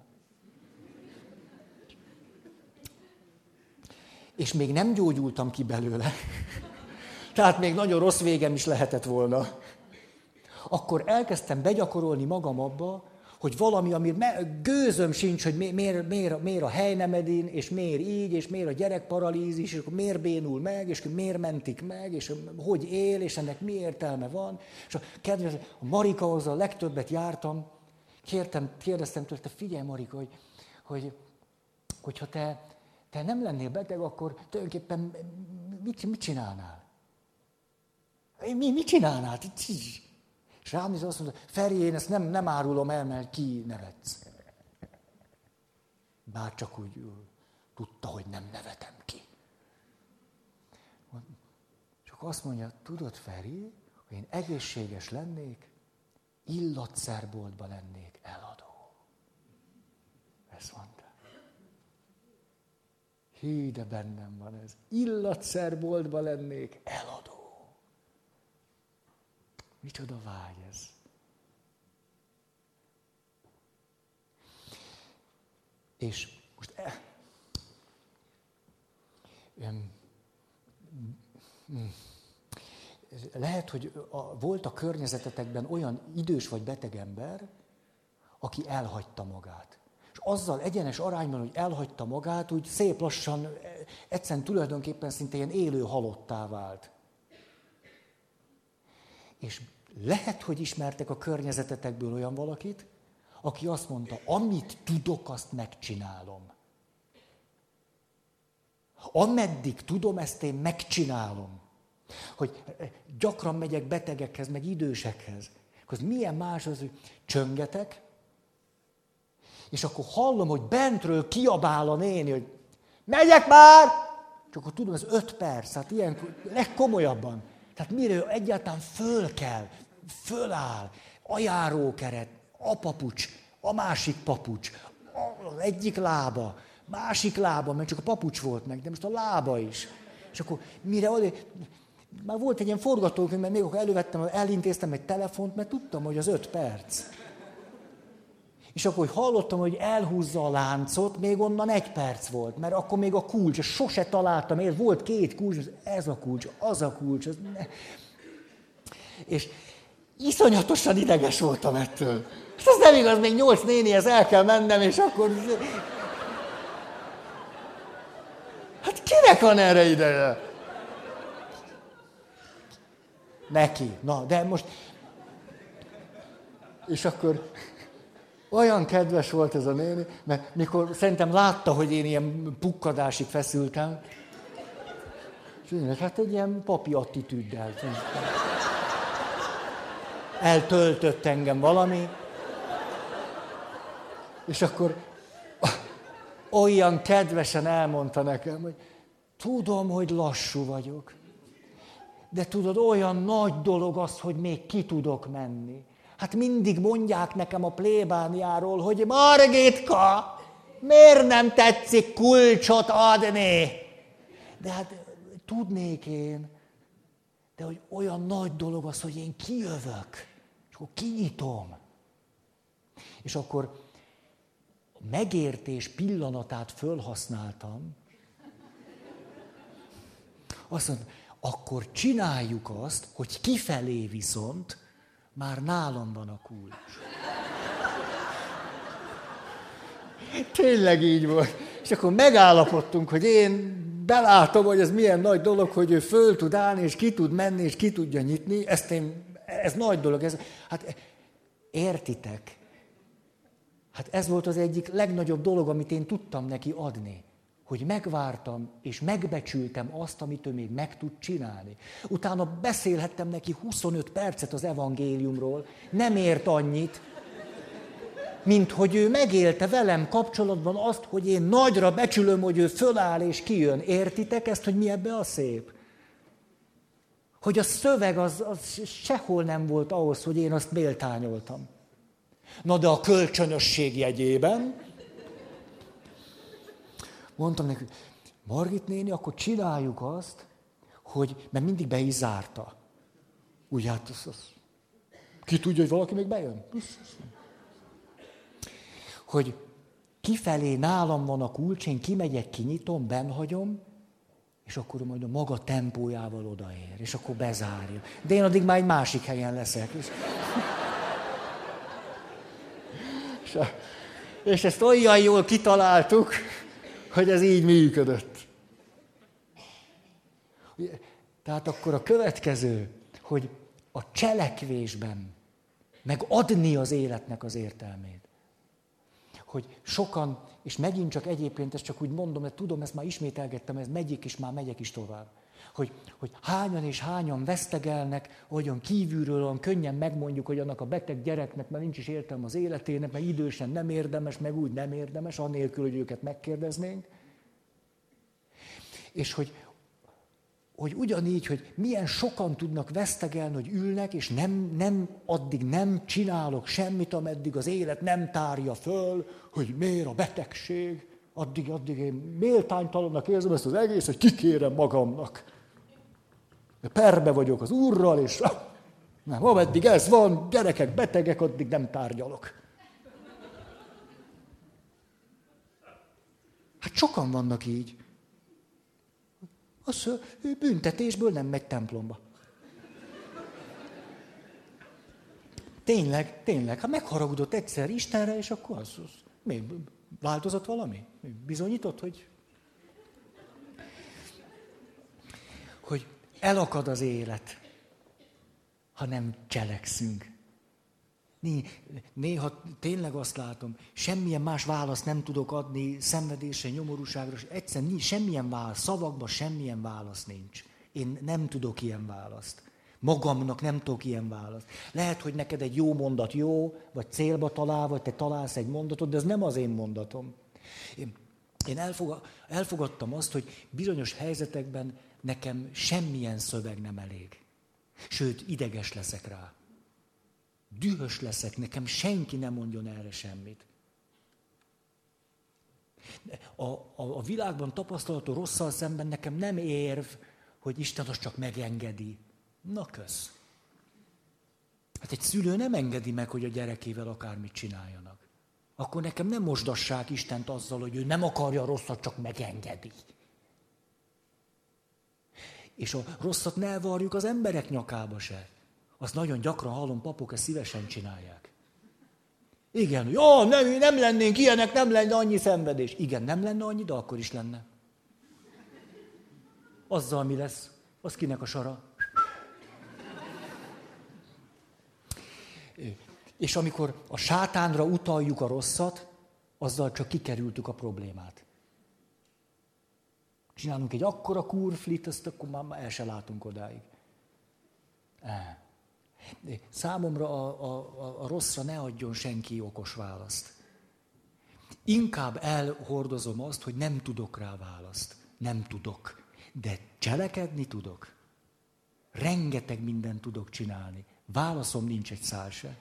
és még nem gyógyultam ki belőle, tehát még nagyon rossz végem is lehetett volna, akkor elkezdtem begyakorolni magam abba, hogy valami, ami gőzöm sincs, hogy miért a hely nem edin, és miért így, és miért a gyerekparalízis, és akkor miért bénul meg, és miért mentik meg, és hogy él, és ennek mi értelme van. És a Marikahoz a legtöbbet jártam, kérdeztem tőle, figyelj Marika, hogyha te nem lennél beteg, akkor tulajdonképpen mit csinálnál? Mit csinálnál? És rám néz, azt mondta, Feri, én ezt nem árulom el, mert ki nevetsz. Bár csak úgy tudta, hogy nem nevetem ki. Csak azt mondja, tudod Feri, hogy én egészséges lennék, illatszerboltba lennék eladó. Ezt mondta. Hí, de bennem van ez. Illatszerboltba lennék eladó. Micsoda vágy ez. És most lehet, hogy volt a környezetetekben olyan idős vagy beteg ember, aki elhagyta magát. És azzal egyenes arányban, hogy elhagyta magát, úgy szép lassan, egyszerűen tulajdonképpen szinte ilyen élő halottá vált. És lehet, hogy ismertek a környezetetekből olyan valakit, aki azt mondta, amit tudok, azt megcsinálom. Ameddig tudom, ezt én megcsinálom. Hogy gyakran megyek betegekhez, meg idősekhez. Az milyen más az, hogy csöngetek, és akkor hallom, hogy bentről kiabál a néni, hogy megyek már! Csak akkor tudom, ez 5 perc, hát ilyen legkomolyabban. Tehát mire egyáltalán föláll, a járókeret, a papucs, a másik papucs, az egyik lába, másik lába, mert csak a papucs volt meg, de most a lába is. És akkor mire már volt egy ilyen forgatókönyv, mert még akkor elővettem, elintéztem egy telefont, mert tudtam, hogy az 5 perc. És akkor hallottam, hogy elhúzza a láncot, még onnan 1 perc volt, mert akkor még a kulcs, sose találtam,ért volt 2 kulcs, ez a kulcs, az a kulcs. És iszonyatosan ideges voltam ettől. És ez nem igaz, még 8 nénihez el kell mennem, és akkor... Hát kinek van erre ideje? Neki. Na, de most... És akkor... Olyan kedves volt ez a néni, mert mikor szerintem látta, hogy én ilyen pukkadásig feszültem, és én, hát egy ilyen papi attitűddel. Eltöltött engem valami, és akkor olyan kedvesen elmondta nekem, hogy tudom, hogy lassú vagyok, de tudod, olyan nagy dolog az, hogy még ki tudok menni. Hát mindig mondják nekem a plébániáról, hogy Margitka, miért nem tetszik kulcsot adni? De hát tudnék én, de hogy olyan nagy dolog az, hogy én kijövök, és akkor kinyitom. És akkor a megértés pillanatát fölhasználtam, azt mondtam, akkor csináljuk azt, hogy kifelé viszont már nálam van a kulcs. Tényleg így volt. És akkor megállapodtunk, hogy én belátom, hogy ez milyen nagy dolog, hogy ő föl tud állni, és ki tud menni, és ki tudja nyitni. Ez nagy dolog. Hát értitek? Hát ez volt az egyik legnagyobb dolog, amit én tudtam neki adni. Hogy megvártam, és megbecsültem azt, amit ő még meg tud csinálni. Utána beszélhettem neki 25 percet az evangéliumról, nem ért annyit, mint hogy ő megélte velem kapcsolatban azt, hogy én nagyra becsülöm, hogy ő föláll és kijön. Értitek ezt, hogy mi ebbe a szép? Hogy a szöveg az sehol nem volt ahhoz, hogy én azt méltányoltam. Na de a kölcsönösség jegyében mondtam neki, Margit néni, akkor csináljuk azt, hogy, mert mindig be is zárta. Úgy hát, ki tudja, hogy valaki még bejön? Hogy kifelé nálam van a kulcs, én kimegyek, kinyitom, bennhagyom, és akkor majd a maga tempójával odaér, és akkor bezárja. De én addig már egy másik helyen leszek. És ezt olyan jól kitaláltuk, hogy ez így működött. Tehát akkor a következő, hogy a cselekvésben megadni az életnek az értelmét. Hogy sokan, és megint csak egyébként, ezt csak úgy mondom, mert tudom, ezt már ismételgettem, ez megyek is tovább. Hogy hányan és hányan vesztegelnek, olyan kívülről, olyan könnyen megmondjuk, hogy annak a beteg gyereknek már nincs is értelme az életének, mert idősen nem érdemes, meg úgy nem érdemes, annélkül, hogy őket megkérdeznénk. És hogy ugyanígy, hogy milyen sokan tudnak vesztegelni, hogy ülnek, és addig nem csinálok semmit, ameddig az élet nem tárja föl, hogy miért a betegség, addig én méltánytalannak érzem ezt az egész, hogy kikérem magamnak. Perbe vagyok az Úrral, és nem, ameddig ez van, gyerekek betegek, addig nem tárgyalok. Hát sokan vannak így. Az büntetésből nem megy templomba. Tényleg. Hát megharagudott egyszer Istenre, és akkor az még változott valami? Bizonyított, hogy elakad az élet, ha nem cselekszünk. Néha tényleg azt látom, semmilyen más választ nem tudok adni szenvedésre, nyomorúságra, egyszerűen semmilyen válasz, szavakban semmilyen válasz nincs. Én nem tudok ilyen választ. Magamnak nem tudok ilyen választ. Lehet, hogy neked egy jó mondat jó, vagy célba talál, vagy te találsz egy mondatot, de ez nem az én mondatom. Én elfogadtam azt, hogy bizonyos helyzetekben nekem semmilyen szöveg nem elég. Sőt, ideges leszek rá. Dühös leszek, nekem senki nem mondjon erre semmit. A világban tapasztalható rosszal szemben nekem nem érv, hogy Isten azt csak megengedi. Na kösz. Hát egy szülő nem engedi meg, hogy a gyerekével akármit csináljanak. Akkor nekem nem mosdassák Istent azzal, hogy ő nem akarja a rosszat, csak megengedi. És a rosszat ne varjuk az emberek nyakába se. Azt nagyon gyakran hallom, papok ezt szívesen csinálják. Igen, jó, nem lennénk ilyenek, nem lenne annyi szenvedés. Igen, nem lenne annyi, de akkor is lenne. Azzal mi lesz? Az kinek a sara? És amikor a sátánra utaljuk a rosszat, azzal csak kikerültük a problémát. Csinálunk egy akkora kurflit, azt akkor már el se látunk odáig. Számomra a rosszra ne adjon senki okos választ. Inkább elhordozom azt, hogy nem tudok rá választ. Nem tudok. De cselekedni tudok. Rengeteg mindent tudok csinálni. Válaszom nincs egy szál se.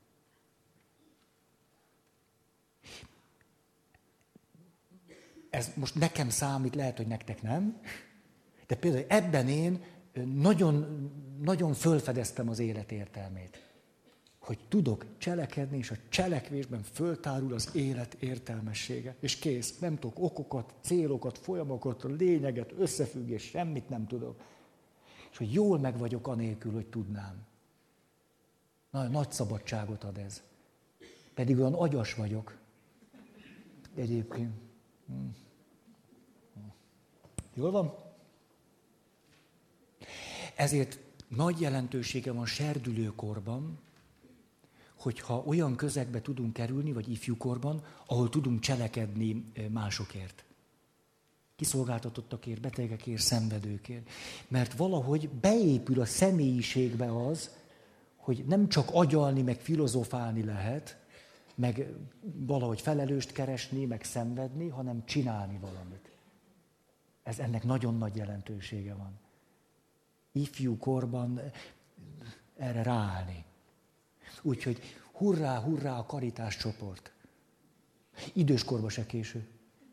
Ez most nekem számít, lehet, hogy nektek nem. De például ebben én nagyon fölfedeztem az élet értelmét. Hogy tudok cselekedni, és a cselekvésben föltárul az élet értelmessége. És kész, nem tudok okokat, célokat, folyamokat, lényeget, összefüggés, semmit nem tudok. És hogy jól meg vagyok anélkül, hogy tudnám. Nagy szabadságot ad ez. Pedig olyan agyas vagyok. Egyébként. Jól van? Ezért nagy jelentősége van serdülőkorban, hogyha olyan közegbe tudunk kerülni, vagy ifjúkorban, ahol tudunk cselekedni másokért. Kiszolgáltatottakért, betegekért, szenvedőkért. Mert valahogy beépül a személyiségbe az, hogy nem csak agyalni, meg filozofálni lehet, meg valahogy felelőst keresni, meg szenvedni, hanem csinálni valamit. Ennek nagyon nagy jelentősége van. Ifjú korban erre ráállni. Úgyhogy hurrá, hurrá a karitás csoport. Időskorban se késő.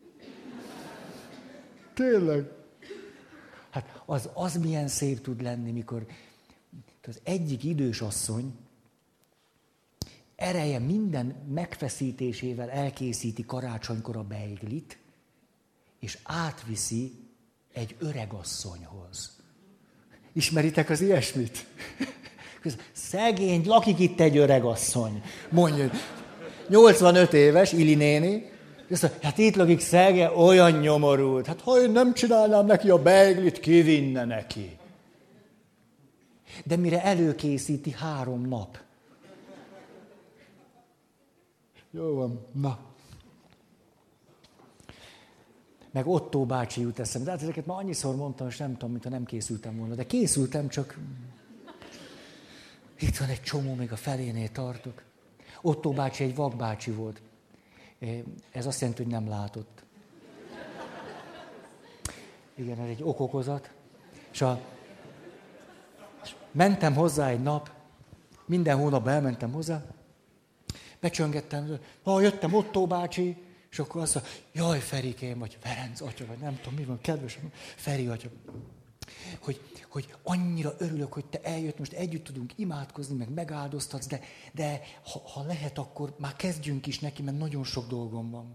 Tényleg. Hát az milyen szép tud lenni, mikor az egyik idős asszony ereje minden megfeszítésével elkészíti karácsonykor a beiglit, és átviszi egy öregasszonyhoz. Ismeritek az ilyesmit? Szegény, lakik itt egy öregasszony. Mondja, 85 éves, Ili néni, és azt mondja, hát itt lakik Szege, olyan nyomorult. Hát ha én nem csinálnám neki a beiglit, kivinne neki. De mire előkészíti 3 nap. Jó van, na. Meg Ottó bácsi jut eszembe. De hát ezeket már annyiszor mondtam, és nem tudom, mintha nem készültem volna. De készültem, csak itt van egy csomó, még a felénél tartok. Ottó bácsi egy vakbácsi volt. Ez azt jelenti, hogy nem látott. Igen, ez egy okokozat. És mentem hozzá egy nap, minden hónapban elmentem hozzá, becsöngettem, jöttem Ottó bácsi, és akkor azt mondja, jaj, Ferikém, vagy Ferenc atya, vagy nem tudom, mi van, kedvesem, Feri atya, hogy annyira örülök, hogy te eljött, most együtt tudunk imádkozni, meg megáldoztatsz, de ha lehet, akkor már kezdjünk is neki, mert nagyon sok dolgom van.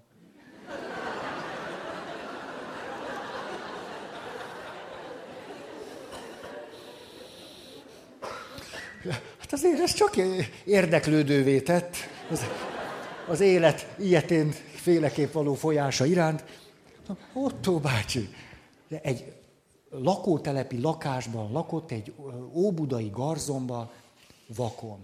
Hát azért ez csak érdeklődővé tett az élet ilyetén féleképp való folyása iránt. Ottó bácsi, egy lakótelepi lakásban lakott, egy óbudai garzonban, vakon.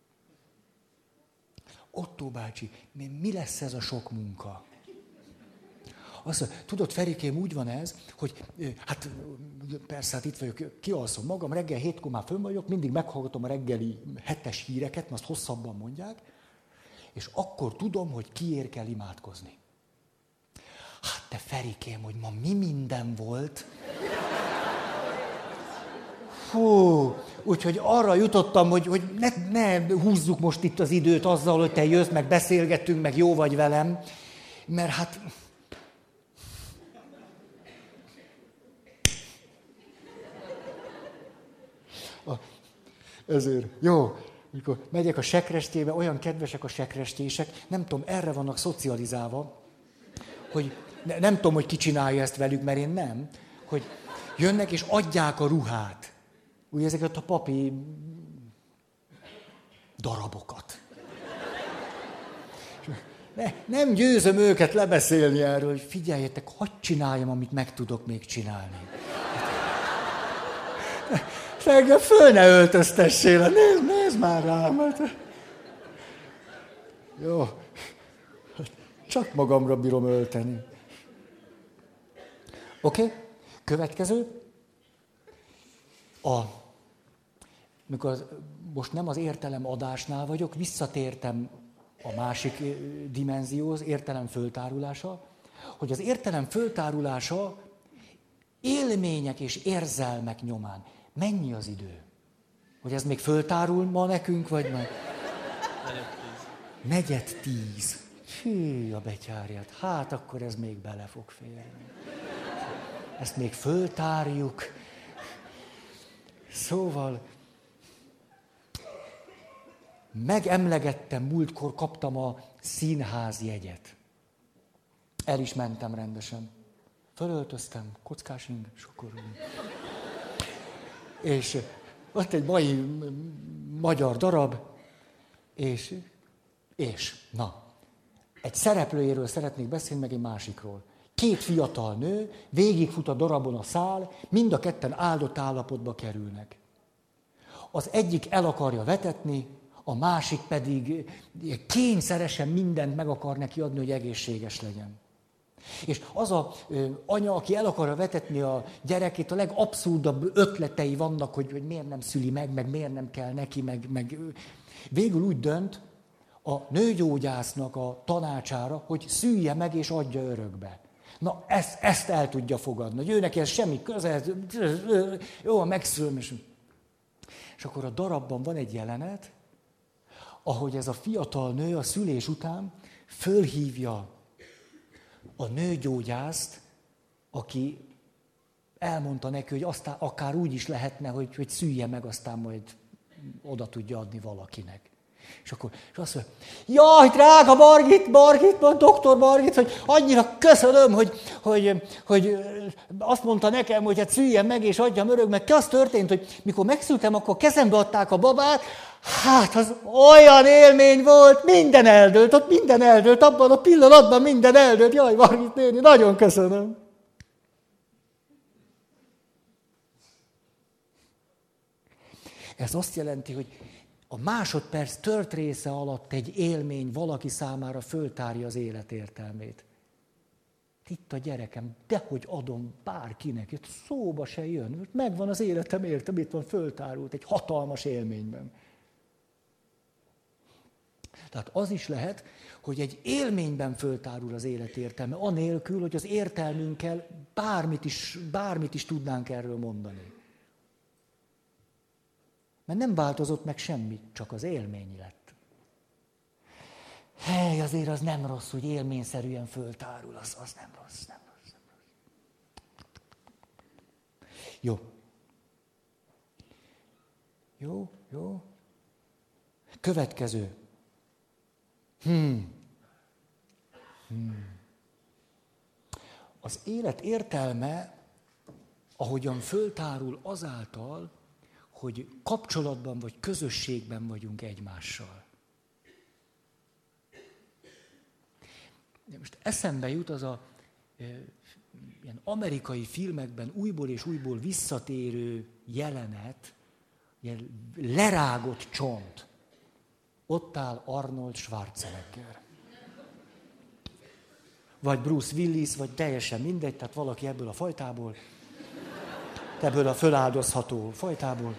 Ottó bácsi, mi lesz ez a sok munka? Azt mondja, tudod, Ferikém, úgy van ez, hogy hát persze, hát itt vagyok, kialszom magam, reggel 7-kor már fönn vagyok, mindig meghallgatom a reggeli 7-es híreket, azt hosszabban mondják, és akkor tudom, hogy kiért kell imádkozni. Hát te Ferikém, hogy ma mi minden volt. Fú, úgyhogy arra jutottam, hogy ne húzzuk most itt az időt azzal, hogy te jössz, meg beszélgetünk, meg jó vagy velem, mert hát... Ezért, jó, amikor megyek a sekrestébe, olyan kedvesek a sekrestések, nem tudom, erre vannak szocializálva, hogy nem tudom, hogy ki csinálja ezt velük, mert én nem, hogy jönnek és adják a ruhát. Ugye ezeket a papi darabokat. Nem győzöm őket lebeszélni erről, hogy figyeljetek, hadd csináljam, amit meg tudok még csinálni. Engem föl ne öltöztessél, nézd már rám. Jó, csak magamra bírom ölteni. Oké? Következő. Most nem az értelem adásnál vagyok, visszatértem a másik dimenzióhoz, értelem föltárulása, hogy az értelem föltárulása élmények és érzelmek nyomán. Mennyi az idő? Hogy ez még föltárul ma nekünk, vagy meg? 9:10. Hű, a betyárját. Hát akkor ez még bele fog férni. Ezt még föltárjuk. Szóval megemlegettem, múltkor kaptam a színház jegyet. El is mentem rendesen. Fölöltöztem, kockás ing, sokorú. És ott egy mai magyar darab, és na, egy szereplőjéről szeretnék beszélni, meg egy másikról. 2 fiatal nő, végigfut a darabon a szál, mind a ketten áldott állapotba kerülnek. Az egyik el akarja vetetni, a másik pedig kényszeresen mindent meg akar neki adni, hogy egészséges legyen. És az a anya, aki el akarja vetetni a gyerekét, a legabszurdabb ötletei vannak, hogy miért nem szüli meg miért nem kell neki, meg végül úgy dönt a nőgyógyásznak a tanácsára, hogy szülje meg és adja örökbe. Na, ezt el tudja fogadni, hogy ő neki ez semmi köze, jó, megszülöm. És akkor a darabban van egy jelenet, ahogy ez a fiatal nő a szülés után fölhívja a nőgyógyászt, aki elmondta neki, hogy aztán akár úgy is lehetne, hogy szülje meg, aztán majd oda tudja adni valakinek. És azt mondja, jaj, drága Margit, doktor Margit, hogy annyira köszönöm, hogy azt mondta nekem, hogy hát szüljem meg és adjam örök, meg az történt, hogy mikor megszültem, akkor kezembe adták a babát, hát az olyan élmény volt, minden eldőlt, abban a pillanatban minden eldőlt, jaj, Margit néni, nagyon köszönöm. Ez azt jelenti, hogy a másodperc tört része alatt egy élmény valaki számára föltárja az élet értelmét. Itt a gyerekem, dehogy adom bárkinek, itt szóba se jön, megvan az életem értelme, itt van föltárult egy hatalmas élményben. Tehát az is lehet, hogy egy élményben föltárul az élet értelme, anélkül, hogy az értelmünkkel bármit is tudnánk erről mondani. Mert nem változott meg semmit, csak az élmény lett. Hely, azért az nem rossz, hogy élményszerűen föltárul, az nem rossz. Jó. Következő. Az élet értelme, ahogyan föltárul azáltal, hogy kapcsolatban vagy közösségben vagyunk egymással. De most eszembe jut az a ilyen amerikai filmekben újból és újból visszatérő jelenet, ilyen lerágott csont. Ott áll Arnold Schwarzenegger. Vagy Bruce Willis, vagy teljesen mindegy, tehát valaki ebből a fajtából, ebből a föláldozható fajtából.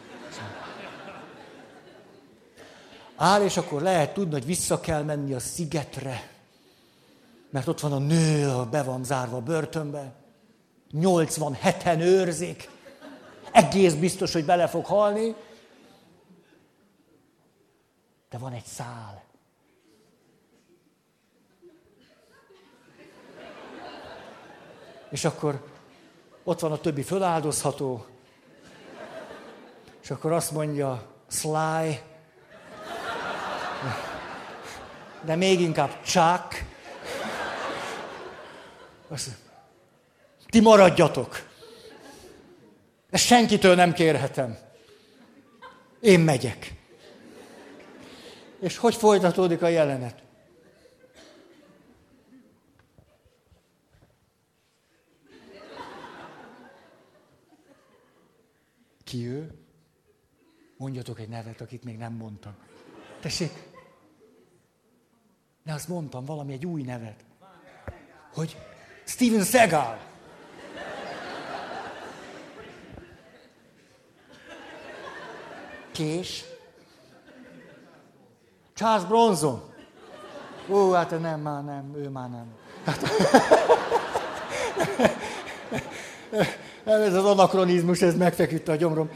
Áll, és akkor lehet tudni, hogy vissza kell menni a szigetre, mert ott van a nő, be van zárva a börtönbe, 87-en őrzik, egész biztos, hogy bele fog halni, de van egy szál. És akkor ott van a többi föláldozható, és akkor azt mondja Sly, de még inkább Chuck, ti maradjatok. Ezt senkitől nem kérhetem. Én megyek. És hogy folytatódik a jelenet? Ki ő? Mondjatok egy nevet, akit még nem mondtam. Tessék? Ne, azt mondtam, valami egy új nevet. Hogy? Steven Seagal. Kés. Charles Bronson. Ó, hát nem, már nem, ő már nem. Hát, ez az anakronizmus, ez megfeküdte a gyomrom.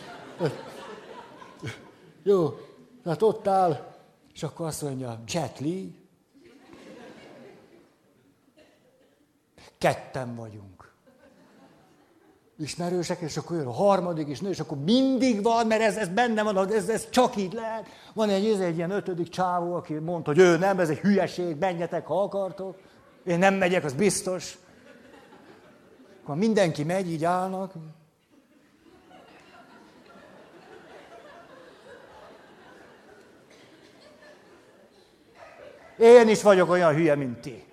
Jó, hát ott áll, és akkor azt mondja, Jet Li. Ketten vagyunk. Ismerősek, és akkor jön a harmadik is nő, és akkor mindig van, mert ez benne van, ez csak így lehet. Van egy ilyen 5. csávó, aki mondta, hogy ő nem, ez egy hülyeség, menjetek, ha akartok. Én nem megyek, az biztos. Akkor mindenki megy, így állnak. Én is vagyok olyan hülye, mint ti.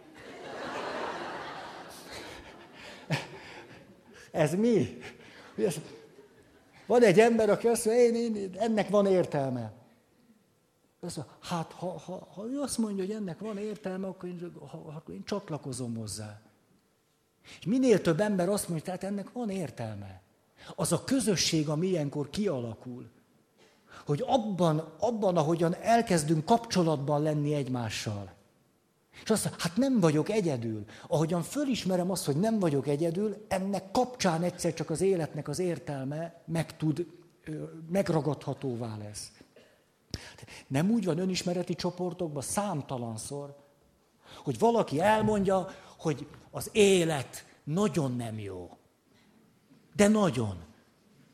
Ez mi? Van egy ember, aki azt mondja, ennek van értelme. Azt mondja, hát ha ő azt mondja, hogy ennek van értelme, akkor én csatlakozom hozzá. És minél több ember azt mondja, tehát ennek van értelme. Az a közösség, ami ilyenkor kialakul, hogy abban, ahogyan elkezdünk kapcsolatban lenni egymással. És azt mondja, hát nem vagyok egyedül. Ahogyan fölismerem azt, hogy nem vagyok egyedül, ennek kapcsán egyszer csak az életnek az értelme megragadhatóvá lesz. Nem úgy van önismereti csoportokban számtalanszor, hogy valaki elmondja, hogy az élet nagyon nem jó. De nagyon.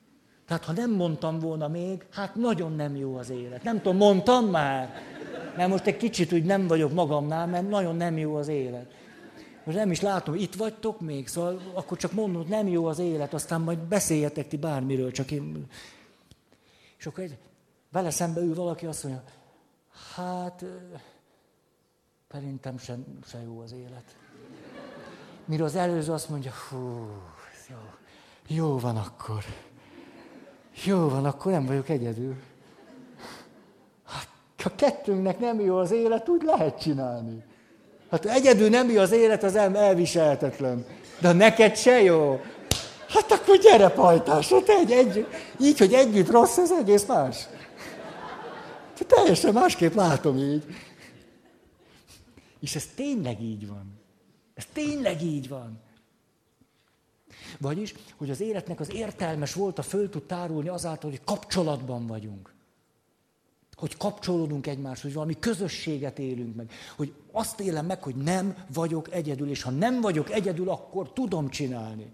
Tehát ha nem mondtam volna még, hát nagyon nem jó az élet. Nem tudom, mondtam már? Mert most egy kicsit úgy nem vagyok magamnál, mert nagyon nem jó az élet. Most nem is látom, itt vagytok még, szóval akkor csak mondom, hogy nem jó az élet, aztán majd beszéljetek ti bármiről, csak én... És akkor vele szembe ül valaki, azt mondja, hát szerintem se jó az élet. Mire az előző azt mondja, hú, jó van akkor. Jó van, akkor nem vagyok egyedül. Hát, ha kettőnknek nem jó az élet, úgy lehet csinálni. Hát egyedül nem jó az élet, az elviselhetetlen. De neked se jó. Hát akkor gyere pajtás, így, hogy együtt rossz, ez egész más. Teljesen másképp látom így. És ez tényleg így van. Ez tényleg így van. Vagyis, hogy az életnek az értelmes volta föl tud tárulni azáltal, hogy kapcsolatban vagyunk. Hogy kapcsolódunk egymáshoz, hogy valami közösséget élünk meg. Hogy azt élem meg, hogy nem vagyok egyedül, és ha nem vagyok egyedül, akkor tudom csinálni.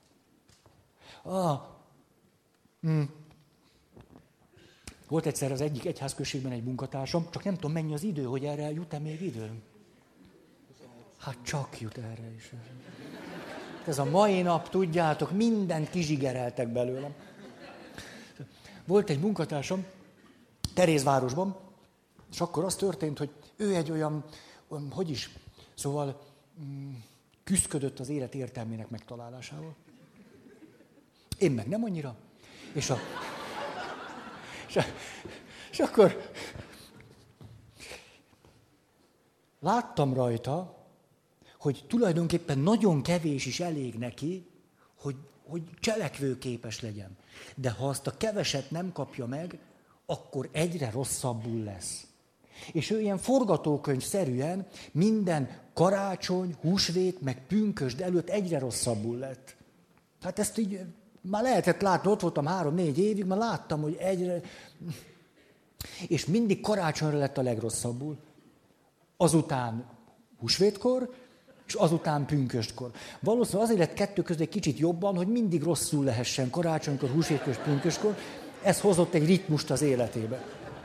Volt egyszer az egyik egyházközségben egy munkatársam, csak nem tudom, mennyi az idő, hogy erre jut-e még időm. Hát csak jut erre is. Ez a mai nap, tudjátok, mindent kizsigereltek belőlem. Volt egy munkatársam Terézvárosban, és akkor az történt, hogy ő egy olyan küszködött az élet értelmének megtalálásával. Én meg nem annyira. És akkor láttam rajta, hogy tulajdonképpen nagyon kevés is elég neki, hogy cselekvőképes legyen. De ha azt a keveset nem kapja meg, akkor egyre rosszabbul lesz. És ő ilyen forgatókönyvszerűen minden karácsony, húsvét, meg pünkösd előtt egyre rosszabbul lett. Hát ezt így már lehetett látni, ott voltam 3-4 évig, már láttam, hogy egyre... És mindig karácsonyra lett a legrosszabbul. Azután húsvétkor, és azután pünköstkor. Valószínűleg azért lett kettő között egy kicsit jobban, hogy mindig rosszul lehessen karácsonykor, húsvétkor és pünköstkor. Ez hozott egy ritmust az életébe.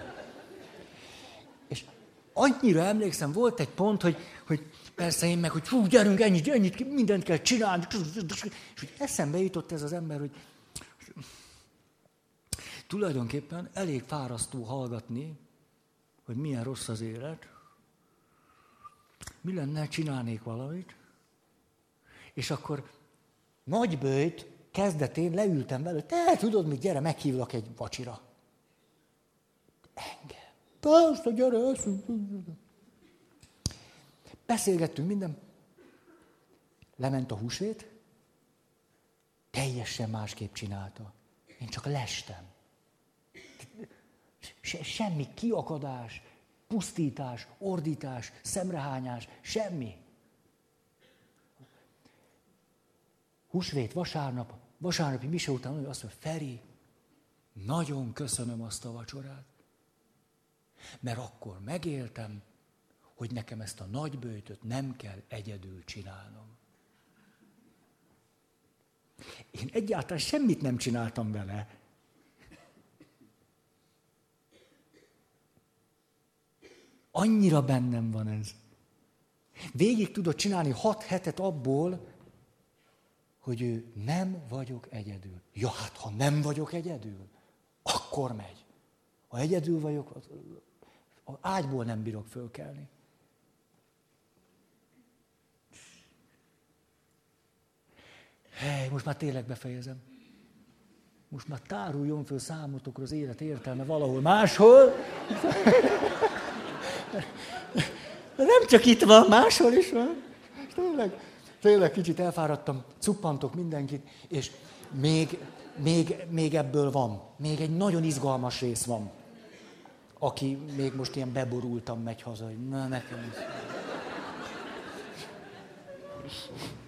És annyira emlékszem, volt egy pont, hogy persze én meg, hogy hú, gyerünk, ennyit, mindent kell csinálni. És hogy eszembe jutott ez az ember, hogy tulajdonképpen elég fárasztó hallgatni, hogy milyen rossz az élet. Mi lenne, csinálnék valamit? És akkor nagyböjt kezdetén leültem vele, te tudod mit, gyere, meghívlak egy vacsira. Engem. Persze, gyere, beszélgettünk minden. Lement a húsvét, teljesen másképp csinálta. Én csak lestem. Semmi kiakadás, pusztítás, ordítás, szemrehányás, semmi. Húsvét, vasárnapi mise után azt mondja, Feri, nagyon köszönöm azt a vacsorát, mert akkor megéltem, hogy nekem ezt a nagyböjtöt nem kell egyedül csinálnom. Én egyáltalán semmit nem csináltam vele. Annyira bennem van ez. Végig tudod csinálni 6 hetet abból, hogy ő nem vagyok egyedül. Ja, hát ha nem vagyok egyedül, akkor megy. Ha egyedül vagyok, az ágyból nem bírok fölkelni. Hey, most már tényleg befejezem. Most már táruljon föl számotokra az élet értelme valahol máshol. De nem csak itt van, máshol is van. Tényleg kicsit elfáradtam, cuppantok mindenkit, és még ebből van. Még egy nagyon izgalmas rész van. Aki még most ilyen beborultan megy haza, hogy na nekem is.